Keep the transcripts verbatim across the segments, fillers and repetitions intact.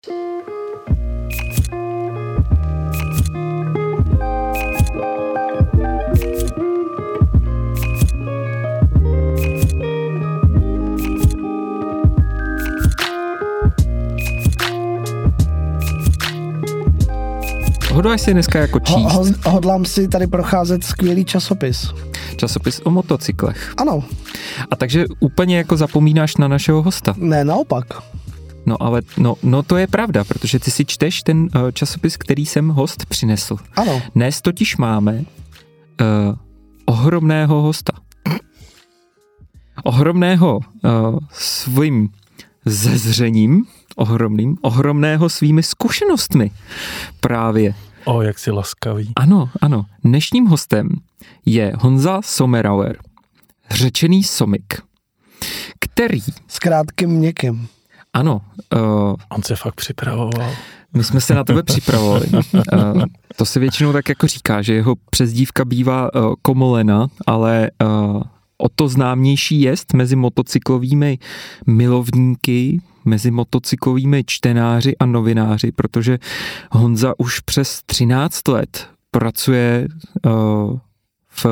Hodláš si dneska jako číst? Ho, ho, hodlám si tady procházet skvělý časopis. Časopis o motocyklech. Ano. A takže úplně jako zapomínáš na našeho hosta? Ne, naopak. No ale, no, no to je pravda, protože ty si čteš ten uh, časopis, který jsem host přinesl. Ano. Dnes totiž máme uh, ohromného hosta. Ohromného uh, svým zezřením, ohromným, ohromného svými zkušenostmi právě. O, jak jsi laskavý. Ano, ano. Dnešním hostem je Honza Sommerauer, řečený Somik, který... S krátkým měkem. Ano. Uh, On se fakt připravoval. My jsme se na tebe připravovali. Uh, to se většinou tak jako říká, že jeho přezdívka bývá uh, Komolena, ale uh, o to známější jest mezi motocyklovými milovníky, mezi motocyklovými čtenáři a novináři, protože Honza už přes třináct let pracuje uh, v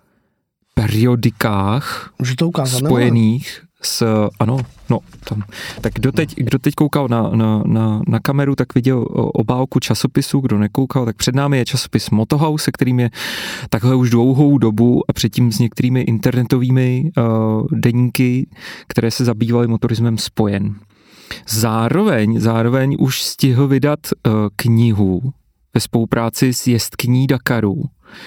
periodikách spojených s, ano, no, tam. Tak kdo teď, kdo teď koukal na, na, na, na kameru, tak viděl obálku časopisu, kdo nekoukal, tak před námi je časopis Motohouse, se kterým je takhle už dlouhou dobu a předtím s některými internetovými uh, deníky, které se zabývaly motorismem, spojen. Zároveň, zároveň už stihl vydat uh, knihu ve spolupráci s Jezdkyní Dakaru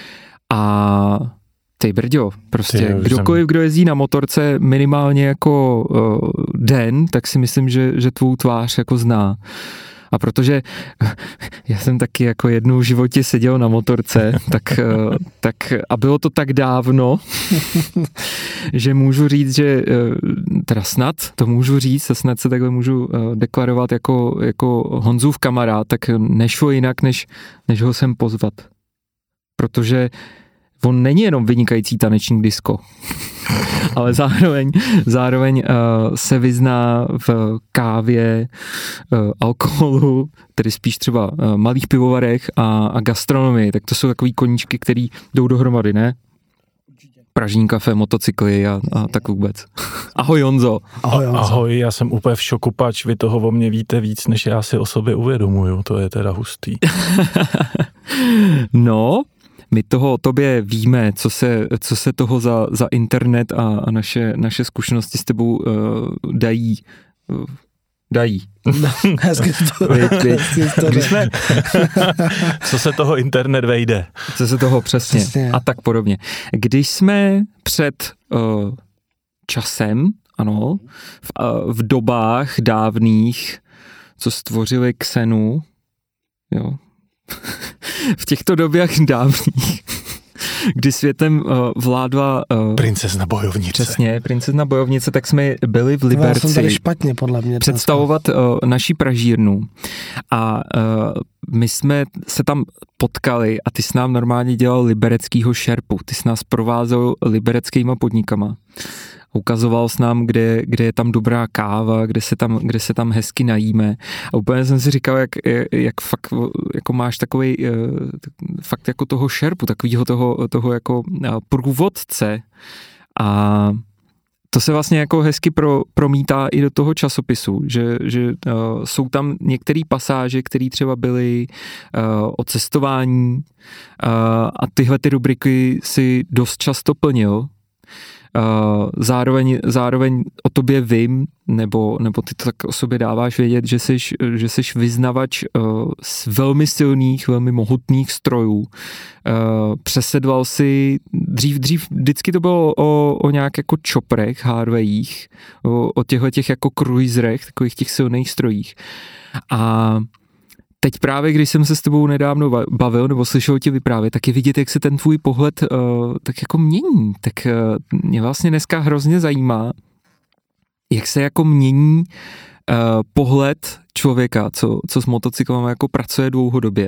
a ty brďo, prostě Ty, kdokoliv, kdo jezdí na motorce minimálně jako uh, den, tak si myslím, že, že tvou tvář jako zná. A protože já jsem taky jako jednou v životě seděl na motorce, tak, uh, tak a bylo to tak dávno, že můžu říct, že uh, teda snad to můžu říct a snad se takhle můžu uh, deklarovat jako, jako Honzův kamarád, tak nešlo jinak, než, než ho sem pozvat. Protože on není jenom vynikající tanečník disco, ale zároveň, zároveň uh, se vyzná v kávě, uh, alkoholu, tedy spíš třeba uh, malých pivovarech a, a gastronomii. Tak to jsou takový koníčky, který jdou dohromady, ne? Pražní kafe, motocykly a, a tak vůbec. Ahoj Honzo. Ahoj, Honzo. Ahoj, já jsem úplně v šoku, pač, vy toho o mě víte víc, než já si o sobě uvědomuju, to je teda hustý. No, my toho o tobě víme, co se, co se toho za, za internet a, a naše, naše zkušenosti s tebou uh, dají. Uh, dají. Hezky to. Když jsme... Co se toho internet vejde. Co se toho přesně. přesně. A tak podobně. Když jsme před uh, časem, ano, v, uh, v dobách dávných, co stvořili Xenu, jo, v těchto dobách dávných, kdy světem uh, vládla... Uh, princezna bojovnice. Přesně, princezna bojovnice, tak jsme byli v Liberci. Já jsem tady špatně, podle mě. Představovat uh, naší pražírnu. A uh, my jsme se tam potkali a ty jsi nám normálně dělal libereckýho šerpu. Ty jsi nás provázel libereckýma podnikama. Ukazoval s nám, kde, kde je tam dobrá káva, kde se tam, kde se tam hezky najíme. A úplně jsem si říkal, jak, jak fakt jako máš takovej fakt jako toho šerpu, takovýho toho, toho jako průvodce. A to se vlastně jako hezky pro, promítá i do toho časopisu, že, že uh, jsou tam některé pasáže, které třeba byly uh, o cestování uh, a tyhle ty rubriky si dost často plnil. Uh, zároveň, zároveň o tobě vím, nebo, nebo ty to tak o sobě dáváš vědět, že jsi, že jsi vyznavač uh, z velmi silných, velmi mohutných strojů. Uh, přesedlal si, dřív, dřív vždycky to bylo o, o nějak jako čoprech, Harveyích, o, o těchto těch jako cruiserech, takových těch silných strojích. A teď právě, když jsem se s tebou nedávno bavil nebo slyšel tě vyprávět, tak je vidět, jak se ten tvůj pohled uh, tak jako mění. Tak uh, mě vlastně dneska hrozně zajímá, jak se jako mění uh, pohled člověka, co, co s motocyklem jako pracuje dlouhodobě.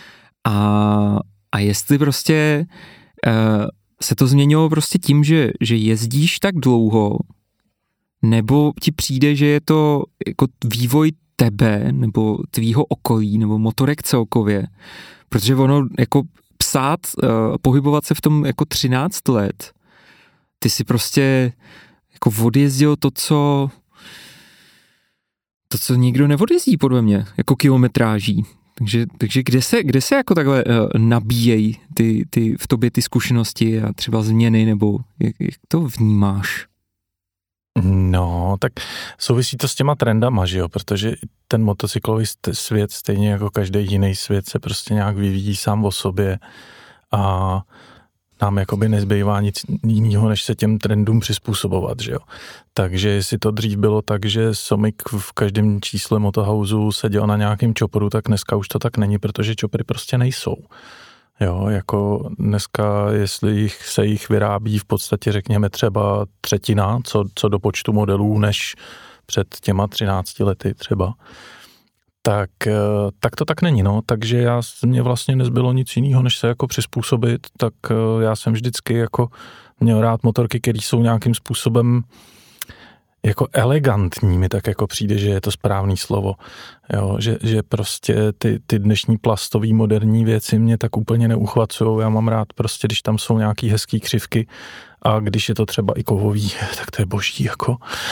A, a jestli prostě uh, se to změnilo prostě tím, že, že jezdíš tak dlouho, nebo ti přijde, že je to jako vývoj tebe nebo tvýho okolí nebo motorek celkově, protože ono jako psát, uh, pohybovat se v tom jako třináct let, ty si prostě jako odjezdil to, co to, co nikdo neodjezdí podle mě, jako kilometráží. Takže, takže kde se, kde se jako takhle uh, nabíjejí ty, ty, v tobě ty zkušenosti a třeba změny, nebo jak, jak to vnímáš? No, tak souvisí to s těma trendama, že jo, protože ten motocyklový svět, stejně jako každý jiný svět, se prostě nějak vyvíjí sám o sobě a nám jakoby nezbývá nic jiného, než se těm trendům přizpůsobovat, že jo. Takže jestli to dřív bylo tak, že Somik v každém čísle Motohouseu seděl na nějakém čoporu, tak dneska už to tak není, protože čopery prostě nejsou. Jo, jako dneska, jestli jich, se jich vyrábí v podstatě, řekněme třeba třetina, co, co do počtu modelů, než před těma třinácti lety třeba, tak, tak to tak není, no. Takže já, mě vlastně nezbylo nic jiného, než se jako přizpůsobit, tak já jsem vždycky jako měl rád motorky, které jsou nějakým způsobem jako elegantní, mi tak jako přijde, že je to správný slovo, jo, že, že prostě ty, ty dnešní plastové moderní věci mě tak úplně neuchvacujou, já mám rád prostě, když tam jsou nějaký hezký křivky a když je to třeba i kovový, tak to je boží, jako.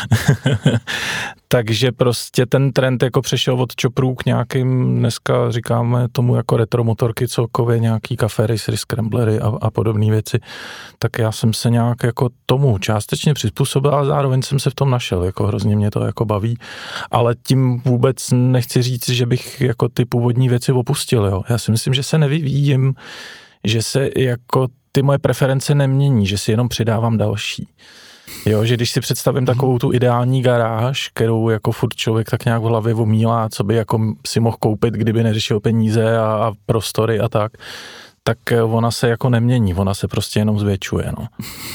Takže prostě ten trend jako přešel od čoprů k nějakým, dneska říkáme tomu jako retro motorky celkově, nějaký café racery, scramblery a, a podobné věci, tak já jsem se nějak jako tomu částečně přizpůsobil, ale zároveň jsem se v tom našel, jako hrozně mě to jako baví, ale tím vůbec nechci říct, že bych jako ty původní věci opustil, jo. Já si myslím, že se nevyvíjím, že se jako ty moje preference nemění, že si jenom přidávám další. Jo, že když si představím takovou tu ideální garáž, kterou jako furt člověk tak nějak v hlavě omílá, co by jako si mohl koupit, kdyby neřešil peníze a, a prostory a tak, tak ona se jako nemění, ona se prostě jenom zvětšuje, no.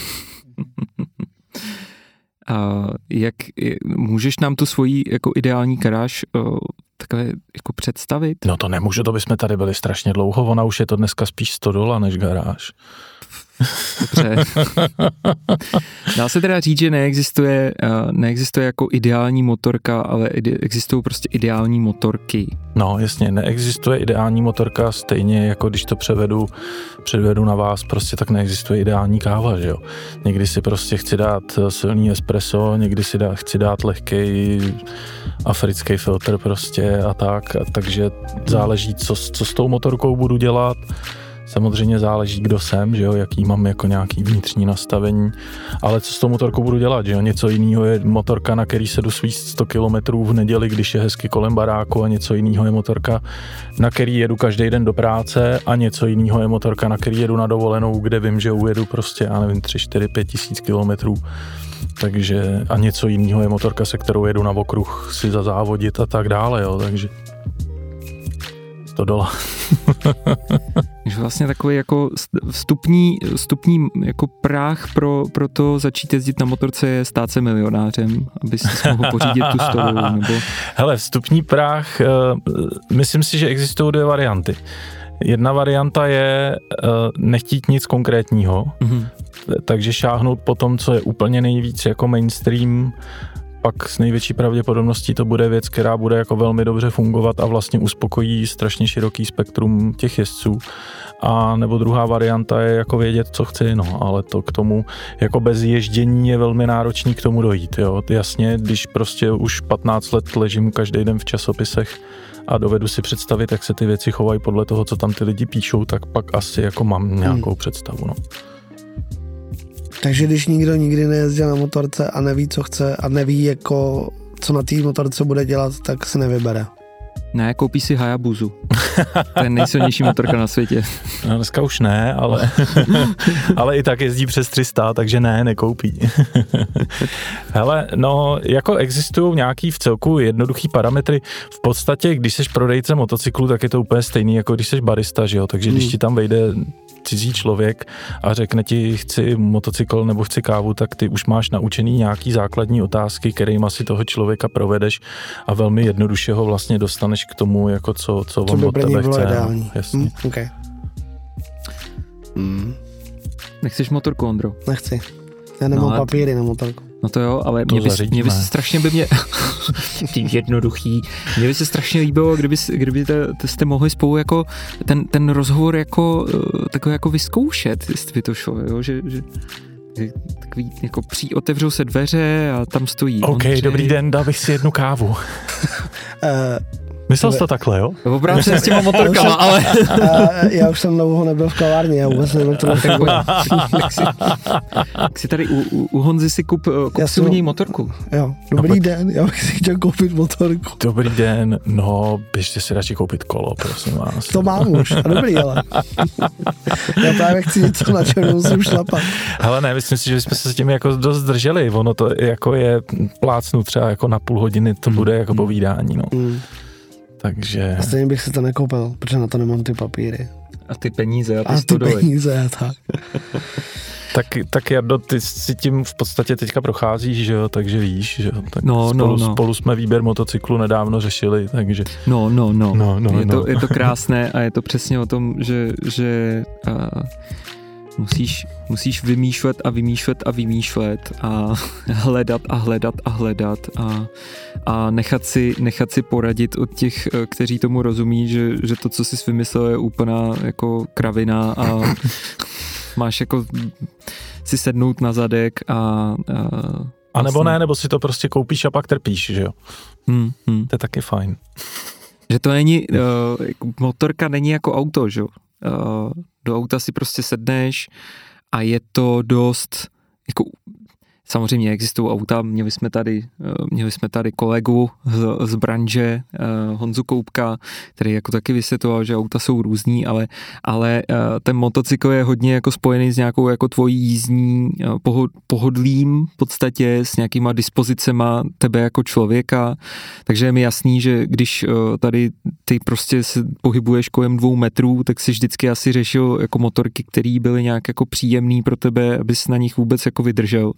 A jak, můžeš nám tu svoji jako ideální garáž uh, takhle jako představit? No to nemůžu, to bychom tady byli strašně dlouho, ona už je to dneska spíš stodola než garáž. Dobře. Dá se teda říct, že neexistuje, neexistuje jako ideální motorka, ale existují prostě ideální motorky. No jasně, neexistuje ideální motorka, stejně jako když to převedu, převedu na vás, prostě tak neexistuje ideální káva, že jo. Někdy si prostě chci dát silný espresso, někdy si dá, chci dát lehkej africký filtr prostě a tak, a takže záleží, co, co s tou motorkou budu dělat. Samozřejmě záleží, kdo jsem, že jo, jaký mám jako nějaký vnitřní nastavení, ale co s tou motorkou budu dělat, že jo, něco jiného je motorka, na který se jdu svízt sto kilometrů v neděli, když je hezky kolem baráku, a něco jiného je motorka, na který jedu každý den do práce, a něco jiného je motorka, na který jedu na dovolenou, kde vím, že ujedu prostě, já nevím, tři, čtyři, pět tisíc kilometrů. Takže a něco jiného je motorka, se kterou jedu na okruh si zazávodit a tak dále, jo, takže to dola. Takže vlastně takový jako vstupní, vstupní jako práh pro, pro to začít jezdit na motorce je stát se milionářem, aby si mohl pořídit tu stolu, nebo... Hele, vstupní práh, uh, myslím si, že existují dvě varianty. Jedna varianta je uh, nechtít nic konkrétního, mm-hmm. takže šáhnout po tom, co je úplně nejvíc jako mainstream, pak s největší pravděpodobností to bude věc, která bude jako velmi dobře fungovat a vlastně uspokojí strašně široký spektrum těch jezdců. A nebo druhá varianta je jako vědět, co chci, no, ale to k tomu jako bez ježdění je velmi náročný k tomu dojít, jo. Jasně, když prostě už patnáct let ležím každý den v časopisech a dovedu si představit, jak se ty věci chovají podle toho, co tam ty lidi píšou, tak pak asi jako mám nějakou hmm. představu, no. Takže když nikdo nikdy nejezdil na motorce a neví, co chce a neví, jako, co na té motorce bude dělat, tak se nevybere. Ne, koupí si Hayabusu. To je nejsilnější motorka na světě. No, dneska už ne, ale, ale i tak jezdí přes tři sta, takže ne, nekoupí. Hele, no, jako existují nějaký v celku jednoduchý parametry. V podstatě, když jsi prodejce motocyklu, tak je to úplně stejný, jako když jsi barista, že jo? Takže když ti tam vejde cizí člověk a řekne ti, chci motocykl nebo chci kávu, tak ty už máš naučený nějaký základní otázky, kterýma si toho člověka provedeš a velmi jednoduše ho vlastně dostaneš k tomu, jako co, co on od tebe chce. Ideální. Jasně. Mm, okay. mm. Nechceš motorku, Ondro? Nechci. Já nemám no, papíry na motorku. No to jo, ale mě by, mě by se strašně by mě tím jednoduchý, mě by se strašně líbilo, kdyby, kdyby te, te jste mohli spolu jako ten, ten rozhovor jako takový jako vyzkoušet, jestli by to šlo, jo, že, že takový jako při, otevřou se dveře a tam stojí OK, Ondřej. Dobrý den, dal bych si jednu kávu. uh, Myslel jsi to takhle, jo? Obráceně s těma motorkama, ale... Já už jsem dlouho nebyl v kavárně, já vůbec nevím, to tak si, tak si tady u, u, u Honzy si kup, kup si u něj motorku. Jo, dobrý no, den, já bych si chtěl koupit motorku. Dobrý den, no, běžte si radši koupit kolo, prosím vás. To mám už, a dobrý, ale. Já právě chci něco, na čem musím šlapat. Hele, ne, myslím si, že bychom se s tím jako dost zdrželi, ono to jako je plácnu třeba jako na půl hodiny, to bude jako povídání, no. Mm. Takže... A stejně bych si to nekoupil, protože na to nemám ty papíry. A ty peníze a ty, a ty peníze, tak. tak. Tak Jardo, ty si tím v podstatě teďka procházíš, že jo, takže víš, že jo. Tak no, spolu, no, no. spolu jsme výběr motocyklu nedávno řešili, takže... No, no, no. no, no je, no. To, je to krásné a je to přesně o tom, že, že uh, musíš, musíš vymýšlet a vymýšlet a vymýšlet a hledat a hledat a hledat a, a nechat, si, nechat si poradit od těch, kteří tomu rozumí, že, že to, co jsi vymyslel, je úplná jako kravina a máš jako si sednout na zadek a... A, a nebo vlastně... ne, nebo si to prostě koupíš a pak trpíš, že jo? Hmm, hmm. To je taky fajn. Že to není, uh, motorka není jako auto, že jo? Uh, do auta si prostě sedneš a je to dost, jako samozřejmě existují auta, měli jsme tady, měli jsme tady kolegu z, z branže, uh, Honzu Koupka, který jako taky vysvětloval, že auta jsou různý, ale, ale uh, ten motocykl je hodně jako spojený s nějakou jako tvojí jízdní uh, pohod, pohodlím v podstatě, s nějakýma dispozicema tebe jako člověka, takže je mi jasný, že když uh, tady ty prostě se pohybuješ kolem dvou metrů, tak si vždycky asi řešil jako motorky, které byly nějak jako příjemný pro tebe, abys na nich vůbec jako vydržel.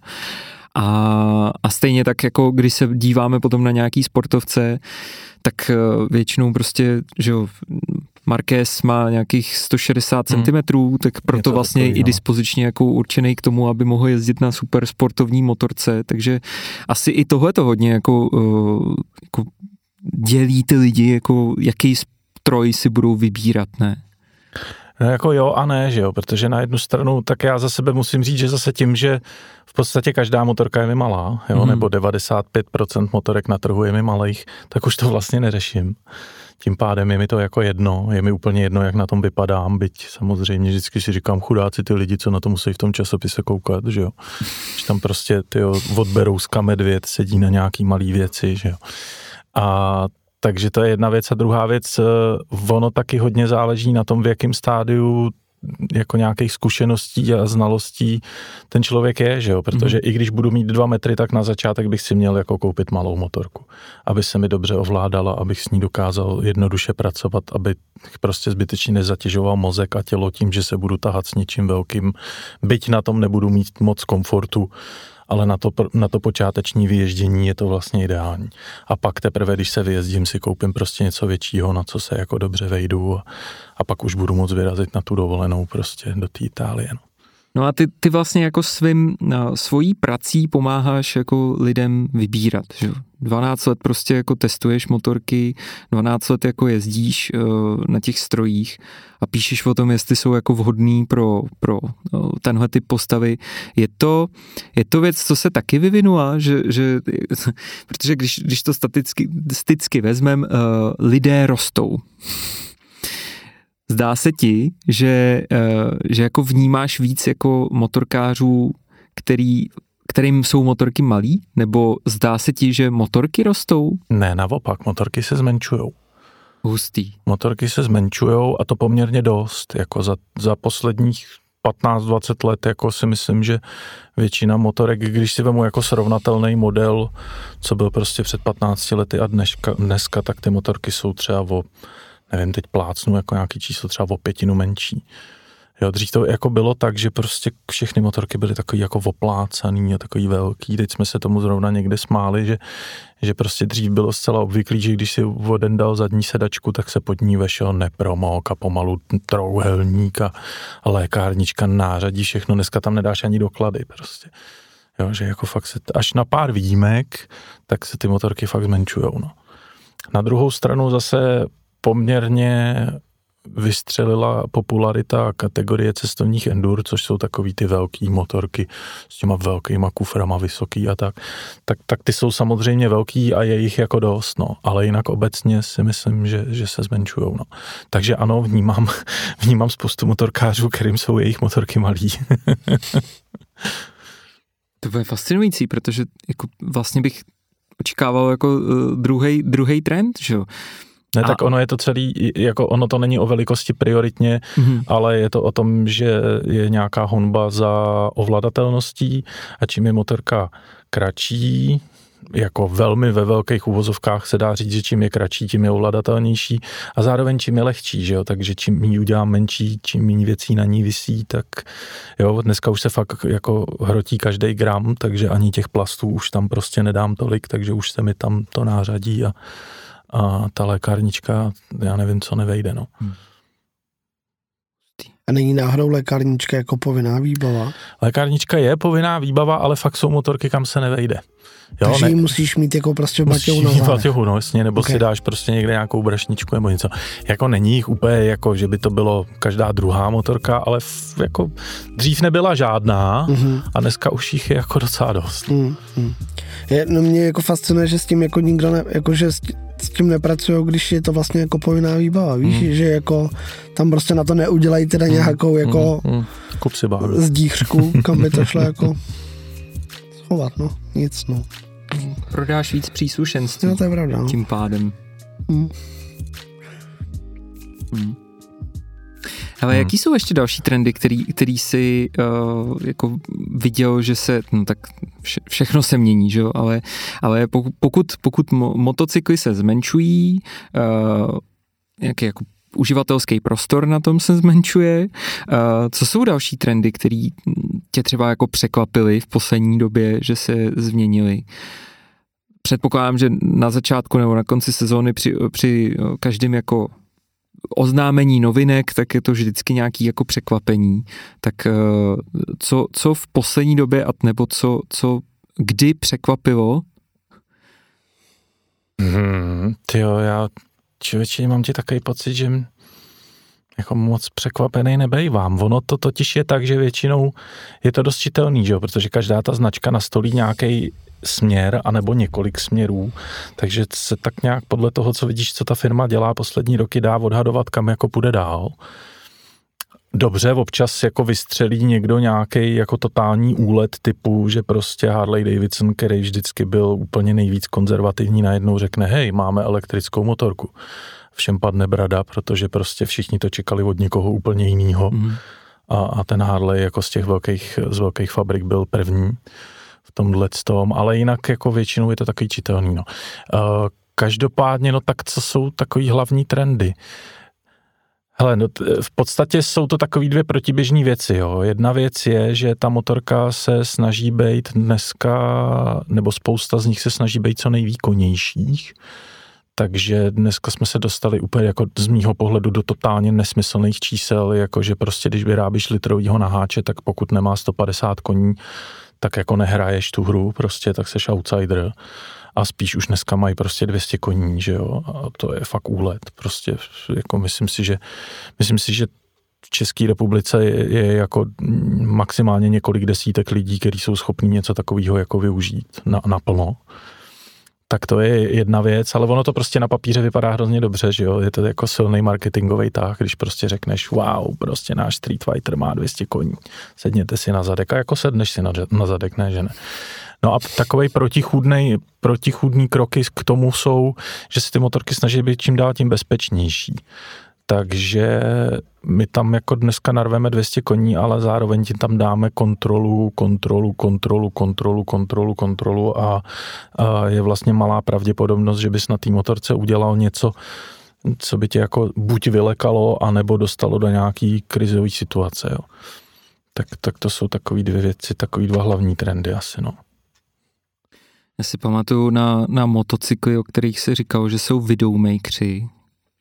A, a stejně tak jako když se díváme potom na nějaký sportovce, tak většinou prostě, že jo, Marquez má nějakých sto šedesát hmm. centimetrů, tak proto vlastně takový, i dispozičně jako určený k tomu, aby mohl jezdit na super sportovní motorce, takže asi i tohle to hodně jako, uh, jako dělí ty lidi, jako jaký stroj si budou vybírat, ne? No jako jo a ne, že jo, protože na jednu stranu, tak já za sebe musím říct, že zase tím, že v podstatě každá motorka je mi malá, jo, mm. nebo devadesát pět procent motorek na trhu je mi malých, tak už to vlastně neřeším. Tím pádem je mi to jako jedno, je mi úplně jedno, jak na tom vypadám, byť samozřejmě vždycky si říkám chudáci ty lidi, co na to musí v tom časopise koukat, že jo. Že tam prostě tyjo, odberouska medvěd sedí na nějaký malý věci, že jo. A takže to je jedna věc a druhá věc, ono taky hodně záleží na tom, v jakém stádiu jako nějakých zkušeností a znalostí ten člověk je, že jo, protože mm. i když budu mít dva metry, tak na začátek bych si měl jako koupit malou motorku, aby se mi dobře ovládala, abych s ní dokázal jednoduše pracovat, aby prostě zbytečně nezatěžoval mozek a tělo tím, že se budu tahat s něčím velkým, byť na tom nebudu mít moc komfortu, ale na to, na to počáteční vyježdění je to vlastně ideální. A pak teprve, když se vyjezdím, si koupím prostě něco většího, na co se jako dobře vejdu a, a pak už budu moc vyrazit na tu dovolenou prostě do té Itálie. No. No a ty, ty vlastně jako svým, svojí prací pomáháš jako lidem vybírat, že jo? dvanáct let prostě jako testuješ motorky, dvanáct let jako jezdíš uh, na těch strojích a píšeš o tom, jestli jsou jako vhodný pro, pro uh, tenhle typ postavy. Je to, je to věc, co se taky vyvinula, že, že protože když, když to staticky, staticky vezmem, uh, lidé rostou. Zdá se ti, že, že jako vnímáš víc jako motorkářů, který, kterým jsou motorky malý? Nebo zdá se ti, že motorky rostou? Ne, naopak, motorky se zmenšujou. Hustý. Motorky se zmenšujou a to poměrně dost. Jako za, za posledních patnáct dvacet let jako si myslím, že většina motorek, když si vemu jako srovnatelný model, co byl prostě před patnácti lety a dneska, dneska, tak ty motorky jsou třeba o nevím, teď plácnu jako nějaký číslo třeba o pětinu menší. Jo, dřív to jako bylo tak, že prostě všechny motorky byly takový jako oplácaný a takový velký. Teď jsme se tomu zrovna někde smáli, že, že prostě dřív bylo zcela obvyklý, že když si voden dal zadní sedačku, tak se pod ní vešel nepromok a pomalu trouhelník a lékárnička, nářadí, všechno. Dneska tam nedáš ani doklady prostě. Jo, že jako fakt se, až na pár výjimek, tak se ty motorky fakt zmenšujou, no. Na druhou stranu zase poměrně vystřelila popularita kategorie cestovních endur, což jsou takový ty velký motorky s těma velkýma kuframa vysoký a tak. Tak, tak ty jsou samozřejmě velký a je jich jako dost, no. Ale jinak obecně si myslím, že, že se zmenšujou, no. Takže ano, vnímám, vnímám spoustu motorkářů, kterým jsou jejich motorky malý. To bude fascinující, protože jako vlastně bych očekával jako uh, druhej, druhej trend, že jo? Ne, a... tak ono je to celý, jako ono to není o velikosti prioritně, mm-hmm. ale je to o tom, že je nějaká honba za ovladatelností a čím je motorka kratší, jako velmi ve velkých uvozovkách se dá říct, že čím je kratší, tím je ovladatelnější a zároveň čím je lehčí, že jo, takže čím ji udělám menší, čím méně věcí na ní visí, tak jo, dneska už se fakt jako hrotí každý gram, takže ani těch plastů už tam prostě nedám tolik, takže už se mi tam to nářadí a, a ta lékárnička, já nevím, co nevejde, no. Hmm. A není náhodou lékárnička jako povinná výbava? Lékárnička je povinná výbava, ale fakt jsou motorky, kam se nevejde. Jo, takže ne, ji musíš mít jako prostě baťohu na zádech. Baťohu, no jasně, nebo okay. si dáš prostě někde nějakou brašničku nebo něco. Jako není jich úplně jako, že by to bylo každá druhá motorka, ale f, jako dřív nebyla žádná mm-hmm. a dneska už jich je jako docela dost. Mm-hmm. Je, no mě jako fascinuje, že s tím jako nikdo ne, jako že s tím nepracují, když je to vlastně jako povinná výbava, víš, mm. že jako tam prostě na to neudělají teda nějakou jako mm. Kup si báru. Zdíchřku, kam by to šlo jako schovat, no, nic, no. Prodáš víc příslušenství. No, to je pravda, no. Tím pádem. Mm. Mm. Ale hmm. jaký jsou ještě další trendy, který, který jsi uh, jako viděl, že se, no tak vše, všechno se mění, že jo, ale, ale pokud, pokud mo, motocykly se zmenšují, uh, nějaký jako uživatelský prostor na tom se zmenšuje, uh, co jsou další trendy, který tě třeba jako překvapily v poslední době, že se změnily? Předpokládám, že na začátku nebo na konci sezóny při, při každém jako oznámení novinek, tak je to vždycky nějaký jako překvapení. Tak co, co v poslední době, nebo co, co kdy překvapilo? Hmm, tyjo, já člověče mám ti takový pocit, že jako moc překvapený nebejvám. Ono to totiž je tak, že většinou je to dost čitelný, že jo? Protože každá ta značka nastolí nějaký směr, anebo několik směrů, takže se tak nějak podle toho, co vidíš, co ta firma dělá poslední roky, dá odhadovat, kam jako půjde dál. Dobře, občas jako vystřelí někdo nějaký jako totální úlet typu, že prostě Harley Davidson, který vždycky byl úplně nejvíc konzervativní, najednou řekne, hej, máme elektrickou motorku. Všem padne brada, protože prostě všichni to čekali od někoho úplně jinýho mm. a, a ten Harley jako z těch velkých, z velkých fabrik byl první v tomhle tom, ale jinak jako většinou je to takový čitelný, no. Uh, každopádně, no tak co jsou takový hlavní trendy? Hele, no t- v podstatě jsou to takový dvě protiběžné věci, jo. Jedna věc je, že ta motorka se snaží být dneska, nebo spousta z nich se snaží být co nejvýkonnějších, takže dneska jsme se dostali úplně jako z mýho pohledu do totálně nesmyslných čísel, jakože prostě když vyrábíš litrovýho naháče, tak pokud nemá sto padesát koní, tak jako nehraješ tu hru, prostě tak seš outsider a spíš už dneska mají prostě dvě stě koní, že jo, a to je fakt úlet, prostě jako myslím si, že myslím si, že v České republice je, je jako maximálně několik desítek lidí, kteří jsou schopní něco takového jako využít na, naplno. Tak to je jedna věc, ale ono to prostě na papíře vypadá hrozně dobře, že jo, je to jako silný marketingový tah, když prostě řekneš, wow, prostě náš Street Fighter má dvě stě koní, sedněte si na zadek a jako sedneš si na, na zadek, ne, že ne. No a takovej protichůdnej, protichůdný kroky k tomu jsou, že se ty motorky snaží být čím dál tím bezpečnější. Takže my tam jako dneska narveme dvě stě koní, ale zároveň ti tam dáme kontrolu, kontrolu, kontrolu, kontrolu, kontrolu, kontrolu a, a je vlastně malá pravděpodobnost, že bys na té motorce udělal něco, co by tě jako buď vylekalo, anebo dostalo do nějaký krizové situace. Jo. Tak, tak to jsou takový dvě věci, takový dva hlavní trendy asi, no. Já si pamatuju na, na motocykly, o kterých se říkalo, že jsou videomakeri,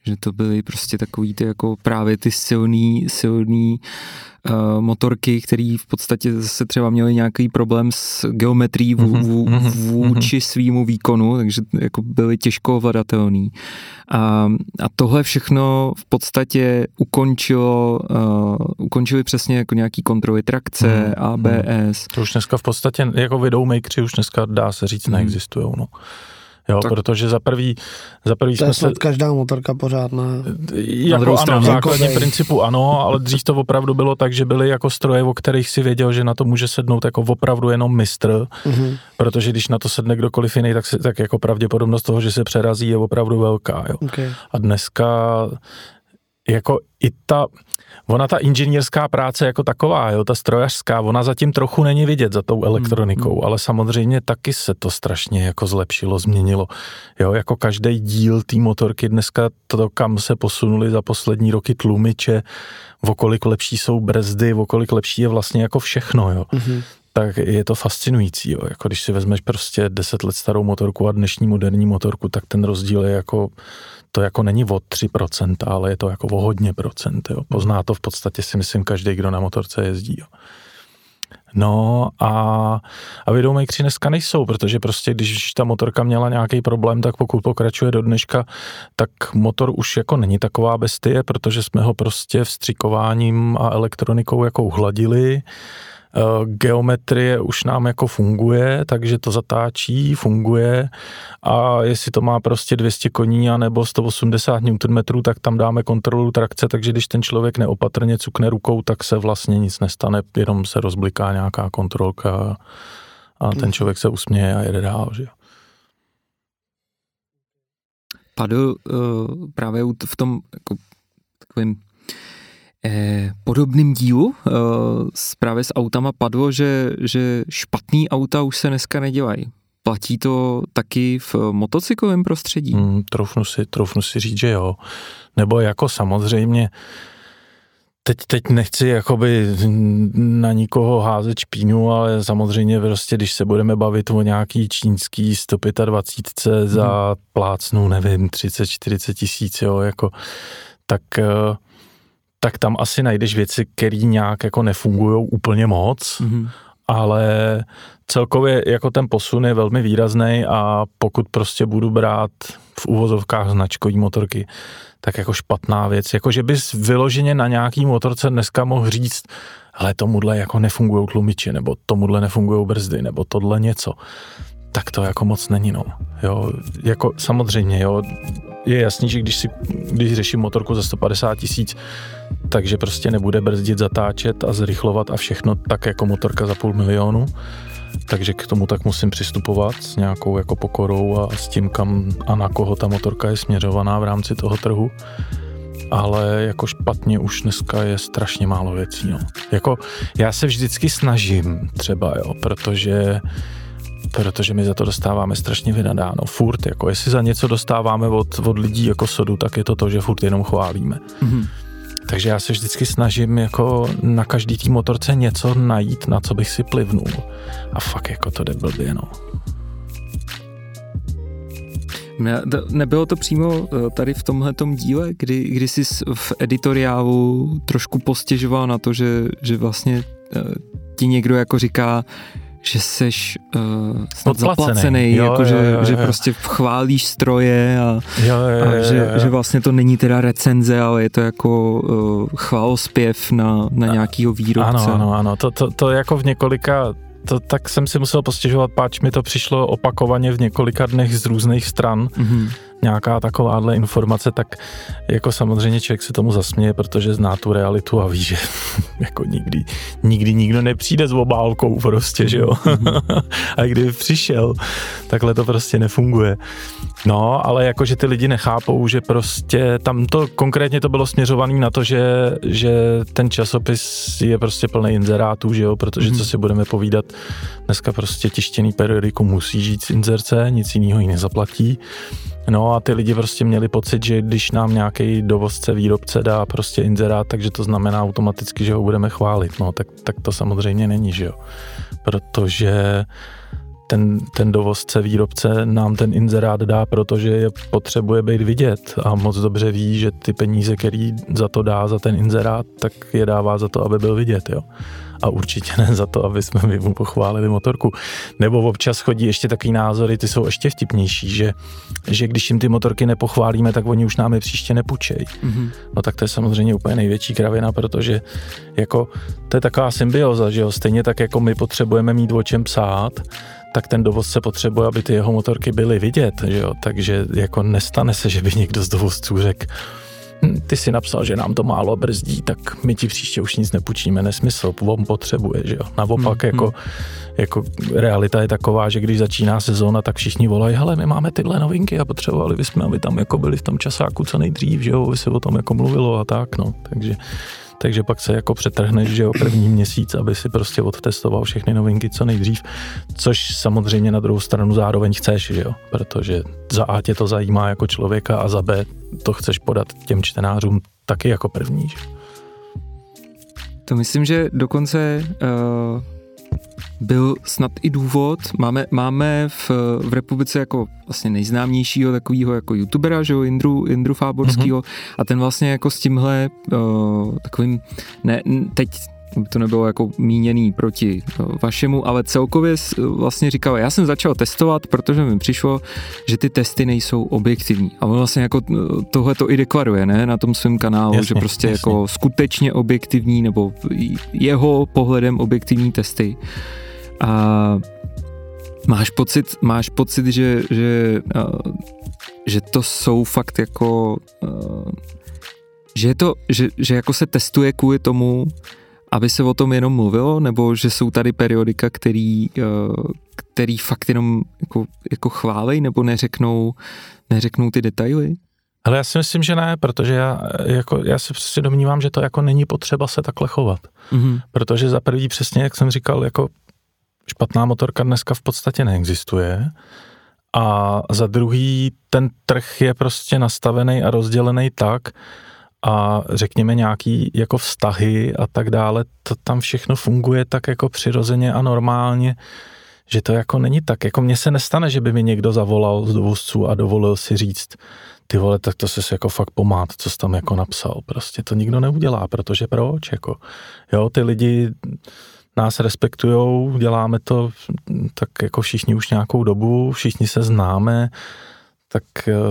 že to byly prostě takový ty jako právě ty silný, silný uh, motorky, které v podstatě zase třeba měly nějaký problém s geometrií vů, vů, vůči svýmu výkonu, takže jako byly těžko ovladatelný. A, a tohle všechno v podstatě ukončilo, uh, ukončili přesně jako nějaký kontroly trakce, hmm. A B S. To už dneska v podstatě jako videomakeři už dneska dá se říct hmm. neexistujou, no. Jo, tak, protože za prvý, za prvý to jsme je snad se... každá motorka pořádná. Jako ano, v základním jako principu ano, ale dřív to opravdu bylo tak, že byly jako stroje, o kterých si věděl, že na to může sednout jako opravdu jenom mistr, mm-hmm. protože když na to sedne kdokoliv jiný, tak, se, tak jako pravděpodobnost toho, že se přerazí, je opravdu velká. Jo. Okay. A dneska jako i ta... Ona ta inženýrská práce jako taková, jo, ta strojařská, ona zatím trochu není vidět za tou elektronikou, mm, ale samozřejmě taky se to strašně jako zlepšilo, změnilo. Jo, jako každý díl té motorky dneska to, kam se posunuli za poslední roky tlumiče, o kolik lepší jsou brzdy, o kolik lepší je vlastně jako všechno, jo. Mm-hmm. Tak je to fascinující, jo. Jako když si vezmeš prostě deset let starou motorku a dnešní moderní motorku, tak ten rozdíl je jako to jako není o tři procenta, ale je to jako o hodně procent. Jo. Pozná to v podstatě si myslím každý, kdo na motorce jezdí. Jo. No a, a videomakeři dneska nejsou, protože prostě když ta motorka měla nějaký problém, tak pokud pokračuje do dneška, tak motor už jako není taková bestie, protože jsme ho prostě vstřikováním a elektronikou jako uhladili. Geometrie už nám jako funguje, takže to zatáčí, funguje a jestli to má prostě dvě stě koní a nebo sto osmdesát newtonmetrů, tak tam dáme kontrolu trakce, takže když ten člověk neopatrně cukne rukou, tak se vlastně nic nestane, jenom se rozbliká nějaká kontrolka a ten člověk se usměje a jede dál, že jo. Padl uh, právě v tom jako takovým Eh, podobným dílu eh, právě s autama padlo, že, že špatný auta už se dneska nedělají. Platí to taky v motocyklovém prostředí? Hmm, troufnu si, troufnu si říct, že jo. Nebo jako samozřejmě teď, teď nechci jakoby na nikoho házet špínu, ale samozřejmě prostě, když se budeme bavit o nějaký čínský sto dvacet pět hmm. za plácnu, nevím, třicet čtyřicet tisíc, jo, jako, tak tak tam asi najdeš věci, které nějak jako nefungujou úplně moc, mm-hmm. ale celkově jako ten posun je velmi výrazný a pokud prostě budu brát v uvozovkách značkový motorky, tak jako špatná věc. Jako, že bys vyloženě na nějaký motorce dneska mohl říct, hele, tomuhle jako nefungujou tlumiče, nebo tomuhle nefungujou brzdy, nebo tohle něco. Tak to jako moc není, no. Jo, jako samozřejmě, jo, je jasný, že když si, když řeším motorku za sto padesát tisíc, takže prostě nebude brzdit, zatáčet a zrychlovat a všechno tak jako motorka za půl milionu. Takže k tomu tak musím přistupovat s nějakou jako pokorou a s tím, kam a na koho ta motorka je směřovaná v rámci toho trhu. Ale jako špatně už dneska je strašně málo věcí, no. Jako já se vždycky snažím třeba, jo, protože protože my za to dostáváme strašně vynadáno. Furt, jako jestli za něco dostáváme od, od lidí jako sodu, tak je to to, že furt jenom chválíme. Mm-hmm. Takže já se vždycky snažím jako na každý té motorce něco najít, na co bych si plivnul. A fakt jako to jde blbě, no. Ne, nebylo to přímo tady v tomhletom díle, kdy, kdy jsi v editoriálu trošku postěžoval na to, že, že vlastně ti někdo jako říká, že seš uh, snad zaplacený, jo, jako, jo, že, jo, že jo. prostě chválíš stroje a, jo, jo, a že, jo, jo. že vlastně to není teda recenze, ale je to jako uh, chválospěv na, na nějakýho výrobce. Ano, ano, ano, to, to, to jako v několika, to, tak jsem si musel postěžovat, páč mi to přišlo opakovaně v několika dnech z různých stran, mm-hmm. nějaká takováhle informace, tak jako samozřejmě člověk se tomu zasměje, protože zná tu realitu a ví, že jako nikdy, nikdy nikdo nepřijde s obálkou prostě, že jo. A kdyby přišel, takhle to prostě nefunguje. No, ale jako, že ty lidi nechápou, že prostě tam to, konkrétně to bylo směřované na to, že, že ten časopis je prostě plný inzerátů, že jo, protože mm. co si budeme povídat, dneska prostě tištěný periodikum musí žít z inzerce, nic jiného jí nezaplatí. No a ty lidi prostě měli pocit, že když nám nějaký dovozce, výrobce dá prostě inzerát, takže to znamená automaticky, že ho budeme chválit. No tak, tak to samozřejmě není, že jo. Protože ten, ten dovozce, výrobce nám ten inzerát dá, protože je potřebuje být vidět a moc dobře ví, že ty peníze, který za to dá, za ten inzerát, tak je dává za to, aby byl vidět, jo. A určitě ne za to, aby jsme mu pochválili motorku. Nebo občas chodí ještě takový názory, ty jsou ještě vtipnější, že, že když jim ty motorky nepochválíme, tak oni už nám je příště nepůjčej. Mm-hmm. No tak to je samozřejmě úplně největší kravina, protože jako to je taková symbioza, že jo, stejně tak jako my potřebujeme mít o čem psát, tak ten dovozce potřebuje, aby ty jeho motorky byly vidět, že jo, takže jako nestane se, že by někdo z dovozců řekl, ty si napsal, že nám to málo brzdí, tak my ti příště už nic nepůjčíme, nesmysl, on potřebuje, že jo. Naopak, hmm, jako, hmm. jako realita je taková, že když začíná sezóna, tak všichni volají, hele, my máme tyhle novinky a potřebovali bychom, aby tam jako byli v tom časáku co nejdřív, že jo, by se o tom jako mluvilo a tak, no, takže... Takže pak se jako přetrhneš, že jo, první měsíc, aby si prostě odtestoval všechny novinky co nejdřív, což samozřejmě na druhou stranu zároveň chceš, že jo, protože za A tě to zajímá jako člověka a za B to chceš podat těm čtenářům taky jako první, že? To myslím, že dokonce uh, byl snad i důvod, máme, máme v, v republice jako vlastně nejznámějšího takového jako youtubera, že jo, Jindru, Jindru Fáborskýho mm-hmm. a ten vlastně jako s tímhle uh, takovým, ne, teď to nebylo jako míněný proti vašemu, ale celkově vlastně říkal, já jsem začal testovat, protože mi přišlo, že ty testy nejsou objektivní. A on vlastně jako tohle to i deklaruje, ne, na tom svém kanálu, jasně, že prostě jasně. jako skutečně objektivní, nebo jeho pohledem objektivní testy. A máš pocit, máš pocit, že, že, že to jsou fakt jako, že je to, že, že jako se testuje kvůli tomu, aby se o tom jenom mluvilo, nebo že jsou tady periodika, který, který fakt jenom jako, jako chválej, nebo neřeknou, neřeknou ty detaily? Ale já si myslím, že ne, protože já, jako, já si přesně domnívám, že to jako není potřeba se takhle chovat. Mm-hmm. Protože za první přesně, jak jsem říkal, jako špatná motorka dneska v podstatě neexistuje a za druhý ten trh je prostě nastavený a rozdělený tak, a řekněme nějaký jako vztahy a tak dále, to tam všechno funguje tak jako přirozeně a normálně, že to jako není tak. Jako mně se nestane, že by mi někdo zavolal z dovozců a dovolil si říct, ty vole, tak to ses jako fakt pomát, co jsi tam jako napsal. Prostě to nikdo neudělá, protože proč? Jako, jo, ty lidi nás respektujou, děláme to tak jako všichni už nějakou dobu, všichni se známe, tak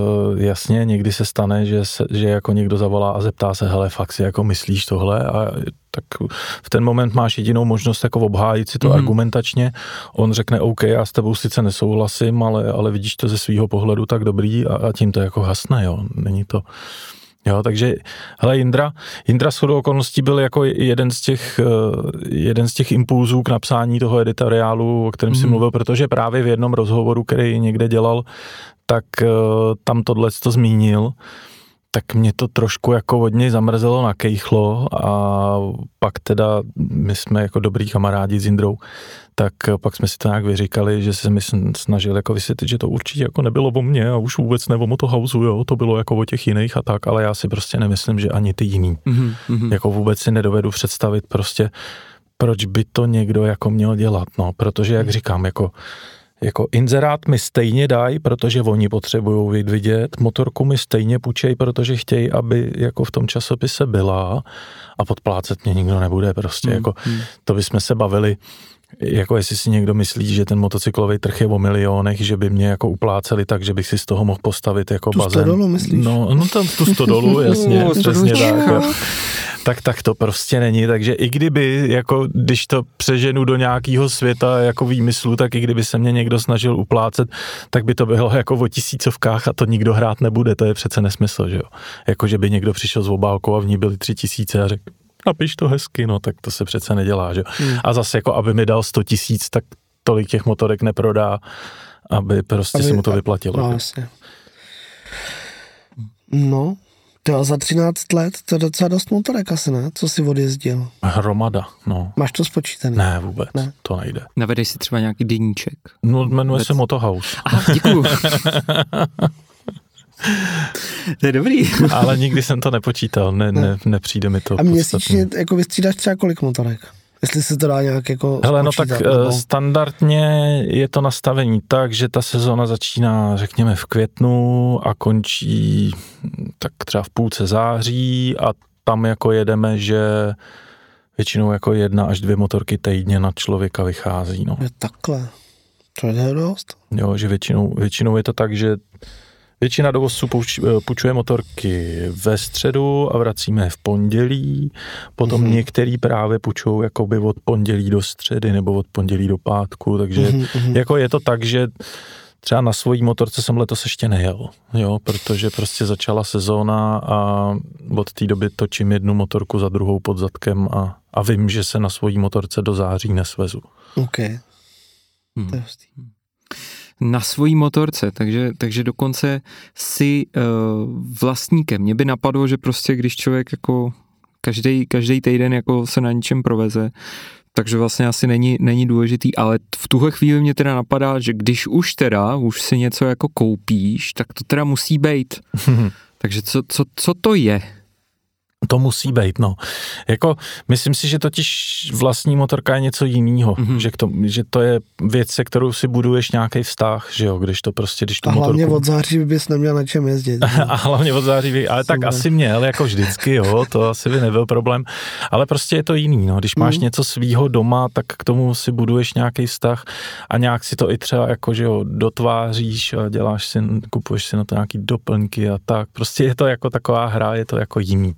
jasně, někdy se stane, že, se, že jako někdo zavolá a zeptá se, hele, fakt si jako myslíš tohle a tak v ten moment máš jedinou možnost jako obhájit si to mm. argumentačně. On řekne, OK, já s tebou sice nesouhlasím, ale, ale vidíš to ze svýho pohledu tak dobrý a, a tím to jako hasne, jo, není to... Jo, takže, hele, Jindra, Jindra shodou okolností byl jako jeden z těch, jeden z těch impulzů k napsání toho editoriálu, o kterém mm. si mluvil, protože právě v jednom rozhovoru, který někde dělal, tak tam tohle to zmínil, tak mě to trošku jako od něj zamrzelo na kejchlo a pak teda my jsme jako dobrý kamarádi s Jindrou, tak pak jsme si to nějak vyříkali, že se mi snažil jako vysvětlit, že to určitě jako nebylo o mně a už vůbec ne o Motohouseu, jo, to bylo jako o těch jiných a tak, ale já si prostě nemyslím, že ani ty jiný. Mm-hmm. Jako vůbec si nedovedu představit prostě, proč by to někdo jako měl dělat, no, protože jak říkám, jako Jako inzerát mi stejně dají, protože oni potřebují vidět, motorku mi stejně půjčej, protože chtějí, aby jako v tom časopise byla a podplácet mě nikdo nebude prostě, mm, jako mm. to bychom se bavili, jako jestli si někdo myslí, že ten motocyklový trh je o milionech, že by mě jako upláceli tak, že bych si z toho mohl postavit jako tu bazén. Tu stodolu myslíš? No, no tam tu stodolu, jasně, přesně tak. Jo. Tak, tak to prostě není, takže i kdyby, jako když to přeženu do nějakého světa jako výmyslu, tak i kdyby se mě někdo snažil uplácet, tak by to bylo jako o tisícovkách a to nikdo hrát nebude, to je přece nesmysl, že jo. Jako, že by někdo přišel s obálkou a v ní byly tři tisíce a řekl, napiš to hezky, no tak to se přece nedělá, že jo. Hmm. A zase jako, aby mi dal sto tisíc, tak tolik těch motorek neprodá, aby prostě aby, si mu to vyplatilo. No, jasně. No, to za třináct let, to je docela dost motorek asi, ne? Co jsi odjezdil? Hromada, no. Máš to spočítané? Ne, vůbec, ne. To nejde. Navedeš si třeba nějaký deníček? No, jmenuje Vůbec. se Motohouse. Aha, děkuju. To je dobrý. Ale nikdy jsem to nepočítal, ne, ne, nepřijde mi to. A měsíčně jako vystřídáš třeba kolik motorek? Jestli se to dá nějak jako Hele, no tak nebo... standardně je to nastavení tak, že ta sezóna začíná, řekněme, v květnu a končí tak třeba v půlce září a tam jako jedeme, že většinou jako jedna až dvě motorky týdně na člověka vychází, no. Je takhle. To je dost. Jo, že většinou, většinou je to tak, že většina dovozců půjčuje motorky ve středu a vracíme v pondělí, potom mm-hmm. některý právě půjčují jakoby od pondělí do středy nebo od pondělí do pátku, takže mm-hmm. jako je to tak, že třeba na svojí motorce jsem letos ještě nejel, jo, protože prostě začala sezóna a od té doby točím jednu motorku za druhou pod zadkem a, a vím, že se na svojí motorce do září nesvezu. OK. Hmm. To je hustý. Na svojí motorce, takže, takže dokonce si uh, vlastníkem. Mě by napadlo, že prostě když člověk jako každý, každý týden jako se na něčem proveze, takže vlastně asi není, není důležitý, ale v tuhle chvíli mě teda napadá, že když už teda, už si něco jako koupíš, tak to teda musí být. Takže co, co, co to je? To musí být, no. Jako, myslím si, že totiž vlastní motorka je něco jiného, mm-hmm. že, to, že to je věc, se kterou si buduješ nějaký vztah, že jo, když to prostě, když tu a motorku... hlavně od září bys neměl na čem jezdit. A hlavně od září, by, ale tak asi měl, jako vždycky, jo, to asi by nebyl problém, ale prostě je to jiný, no, když máš mm. něco svýho doma, tak k tomu si buduješ nějaký vztah a nějak si to i třeba jako, že jo, dotváříš a děláš si, kupuješ si na to nějaký doplňky a tak, prostě je to jako taková hra, je to jako jiný.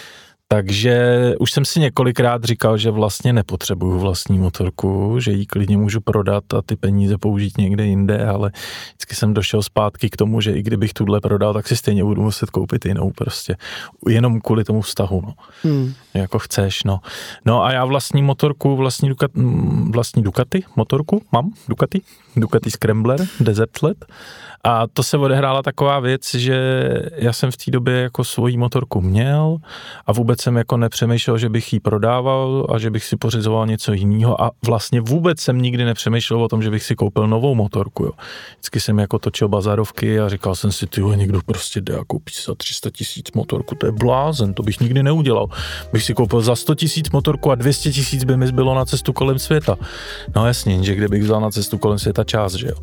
Takže už jsem si několikrát říkal, že vlastně nepotřebuju vlastní motorku, že ji klidně můžu prodat a ty peníze použít někde jinde, ale vždycky jsem došel zpátky k tomu, že i kdybych tuhle prodal, tak si stejně budu muset koupit jinou prostě. Jenom kvůli tomu vztahu, no. Hmm. Jako chceš, no. No a já vlastní motorku, vlastní, Ducati, vlastní Ducati motorku mám, Ducati, Ducati Scrambler, Desertlet. A to se odehrála taková věc, že já jsem v té době jako svoji motorku měl a vůbec jsem jako nepřemýšlel, že bych ji prodával a že bych si pořizoval něco jiného a vlastně vůbec jsem nikdy nepřemýšlel o tom, že bych si koupil novou motorku, jo. Vždycky jsem jako točil bazarovky a říkal jsem si, tyhle, někdo prostě jde a koupí za tři sta tisíc motorku, to je blázen, to bych nikdy neudělal. Bych si koupil za sto tisíc motorku a dvě stě tisíc by mi zbylo na cestu kolem světa. No jasně, že kdybych vzal na cestu kolem světa čas, že jo.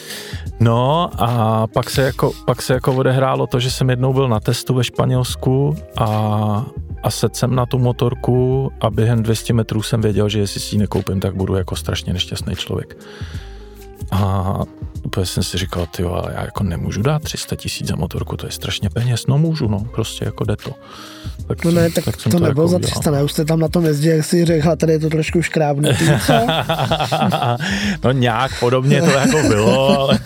No a pak se, jako, pak se jako odehrálo to, že jsem jednou byl na testu ve Španělsku a, a sedl jsem na tu motorku a během dvě stě metrů jsem věděl, že jestli si ji nekoupím, tak budu jako strašně nešťastný člověk. A úplně jsem si říkal, tyjo, ale já jako nemůžu dát tři sta tisíc za motorku, to je strašně peněz, no můžu, no, prostě jako jde to. Tak no jsem, ne, tak, tak to, to nebylo jako za tři sta, ne, už jste tam na tom jezdí, jak si řekla, tady je to trošku škrábnutý, co? No nějak podobně to jako bylo, ale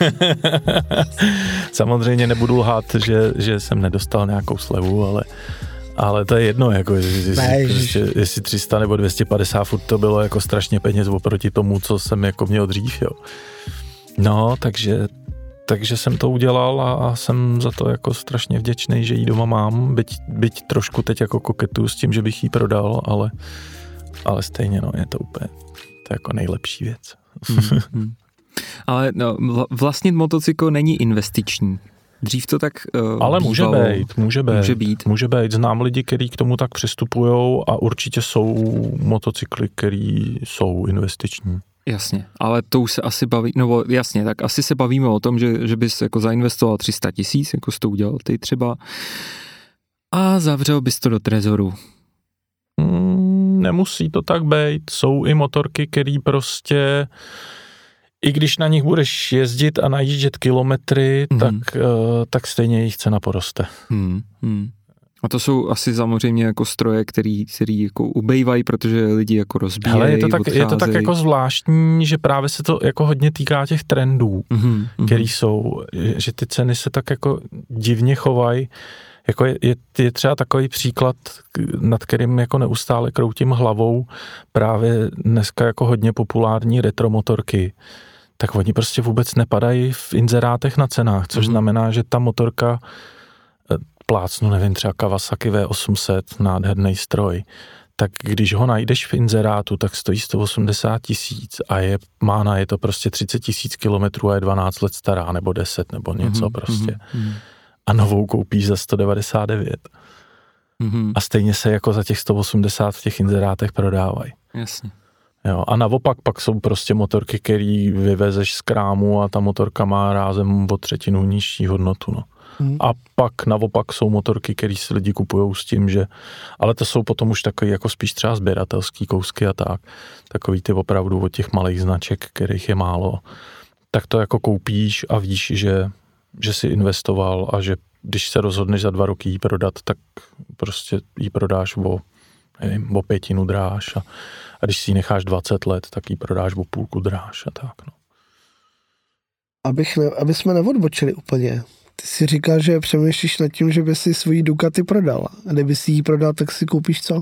samozřejmě nebudu lhát, že, že jsem nedostal nějakou slevu, ale ale to je jedno, jako jestli, ne, jestli, jestli tři sta nebo dvě stě padesát furt to bylo jako strašně peněz oproti tomu, co jsem jako měl dřív, jo. No, takže, takže jsem to udělal a, a jsem za to jako strašně vděčný, že ji doma mám, byť, byť trošku teď jako koketu s tím, že bych ji prodal, ale, ale stejně, no, je to úplně, to je jako nejlepší věc. Mm-hmm. Ale no, vlastnit motocykl není investiční. Dřív to tak uh, ale může být, může být, může být. Může být. Znám lidi, kteří k tomu tak přistupujou a určitě jsou motocykly, který jsou investiční. Jasně, ale to už se asi baví, no jasně, tak asi se bavíme o tom, že, že bys jako zainvestoval tři sta tisíc, jako jsi to udělal ty třeba, a zavřel bys to do trezoru. Mm, nemusí to tak být. Jsou i motorky, který prostě i když na nich budeš jezdit a najíždět kilometry, mm. tak, uh, tak stejně jejich cena poroste. Mm. Mm. A to jsou asi samozřejmě jako stroje, který, který jako ubejvají, protože lidi jako rozbíjejí, Hele, je to, tak, je to tak jako zvláštní, že právě se to jako hodně týká těch trendů, mm-hmm. který jsou, že ty ceny se tak jako divně chovají. Jako je, je, je třeba takový příklad, nad kterým jako neustále kroutím hlavou, právě dneska jako hodně populární retromotorky, tak oni prostě vůbec nepadají v inzerátech na cenách, což mm-hmm. znamená, že ta motorka, plácnu, nevím, třeba Kawasaki V osm set, nádherný stroj, tak když ho najdeš v inzerátu, tak stojí sto osmdesát tisíc a je, má na je to prostě třicet tisíc kilometrů a je dvanáct let stará, nebo deset, nebo něco mm-hmm. prostě. Mm-hmm. A novou koupíš za sto devadesát devět. Mm-hmm. A stejně se jako za těch sto osmdesát v těch inzerátech prodávají. Jasně. Jo, a naopak pak jsou prostě motorky, který vyvezeš z krámu a ta motorka má rázem o třetinu nižší hodnotu, no. Hmm. A pak naopak jsou motorky, které si lidi kupujou s tím, že, ale to jsou potom už takový jako spíš třeba sběratelský kousky a tak, takový ty opravdu od těch malých značek, kterých je málo, tak to jako koupíš a víš, že, že jsi investoval a že když se rozhodneš za dva roky jí prodat, tak prostě jí prodáš o, nevím, o pětinu dráž a, a když si ji necháš dvacet let, tak jí prodáš o půlku dráž a tak, no. Abych ne, aby jsme neodbočili úplně. Ty si říkal, že přemýšlíš nad tím, že by si svoji Ducati prodal. A kdyby si ji prodal, tak si koupíš co?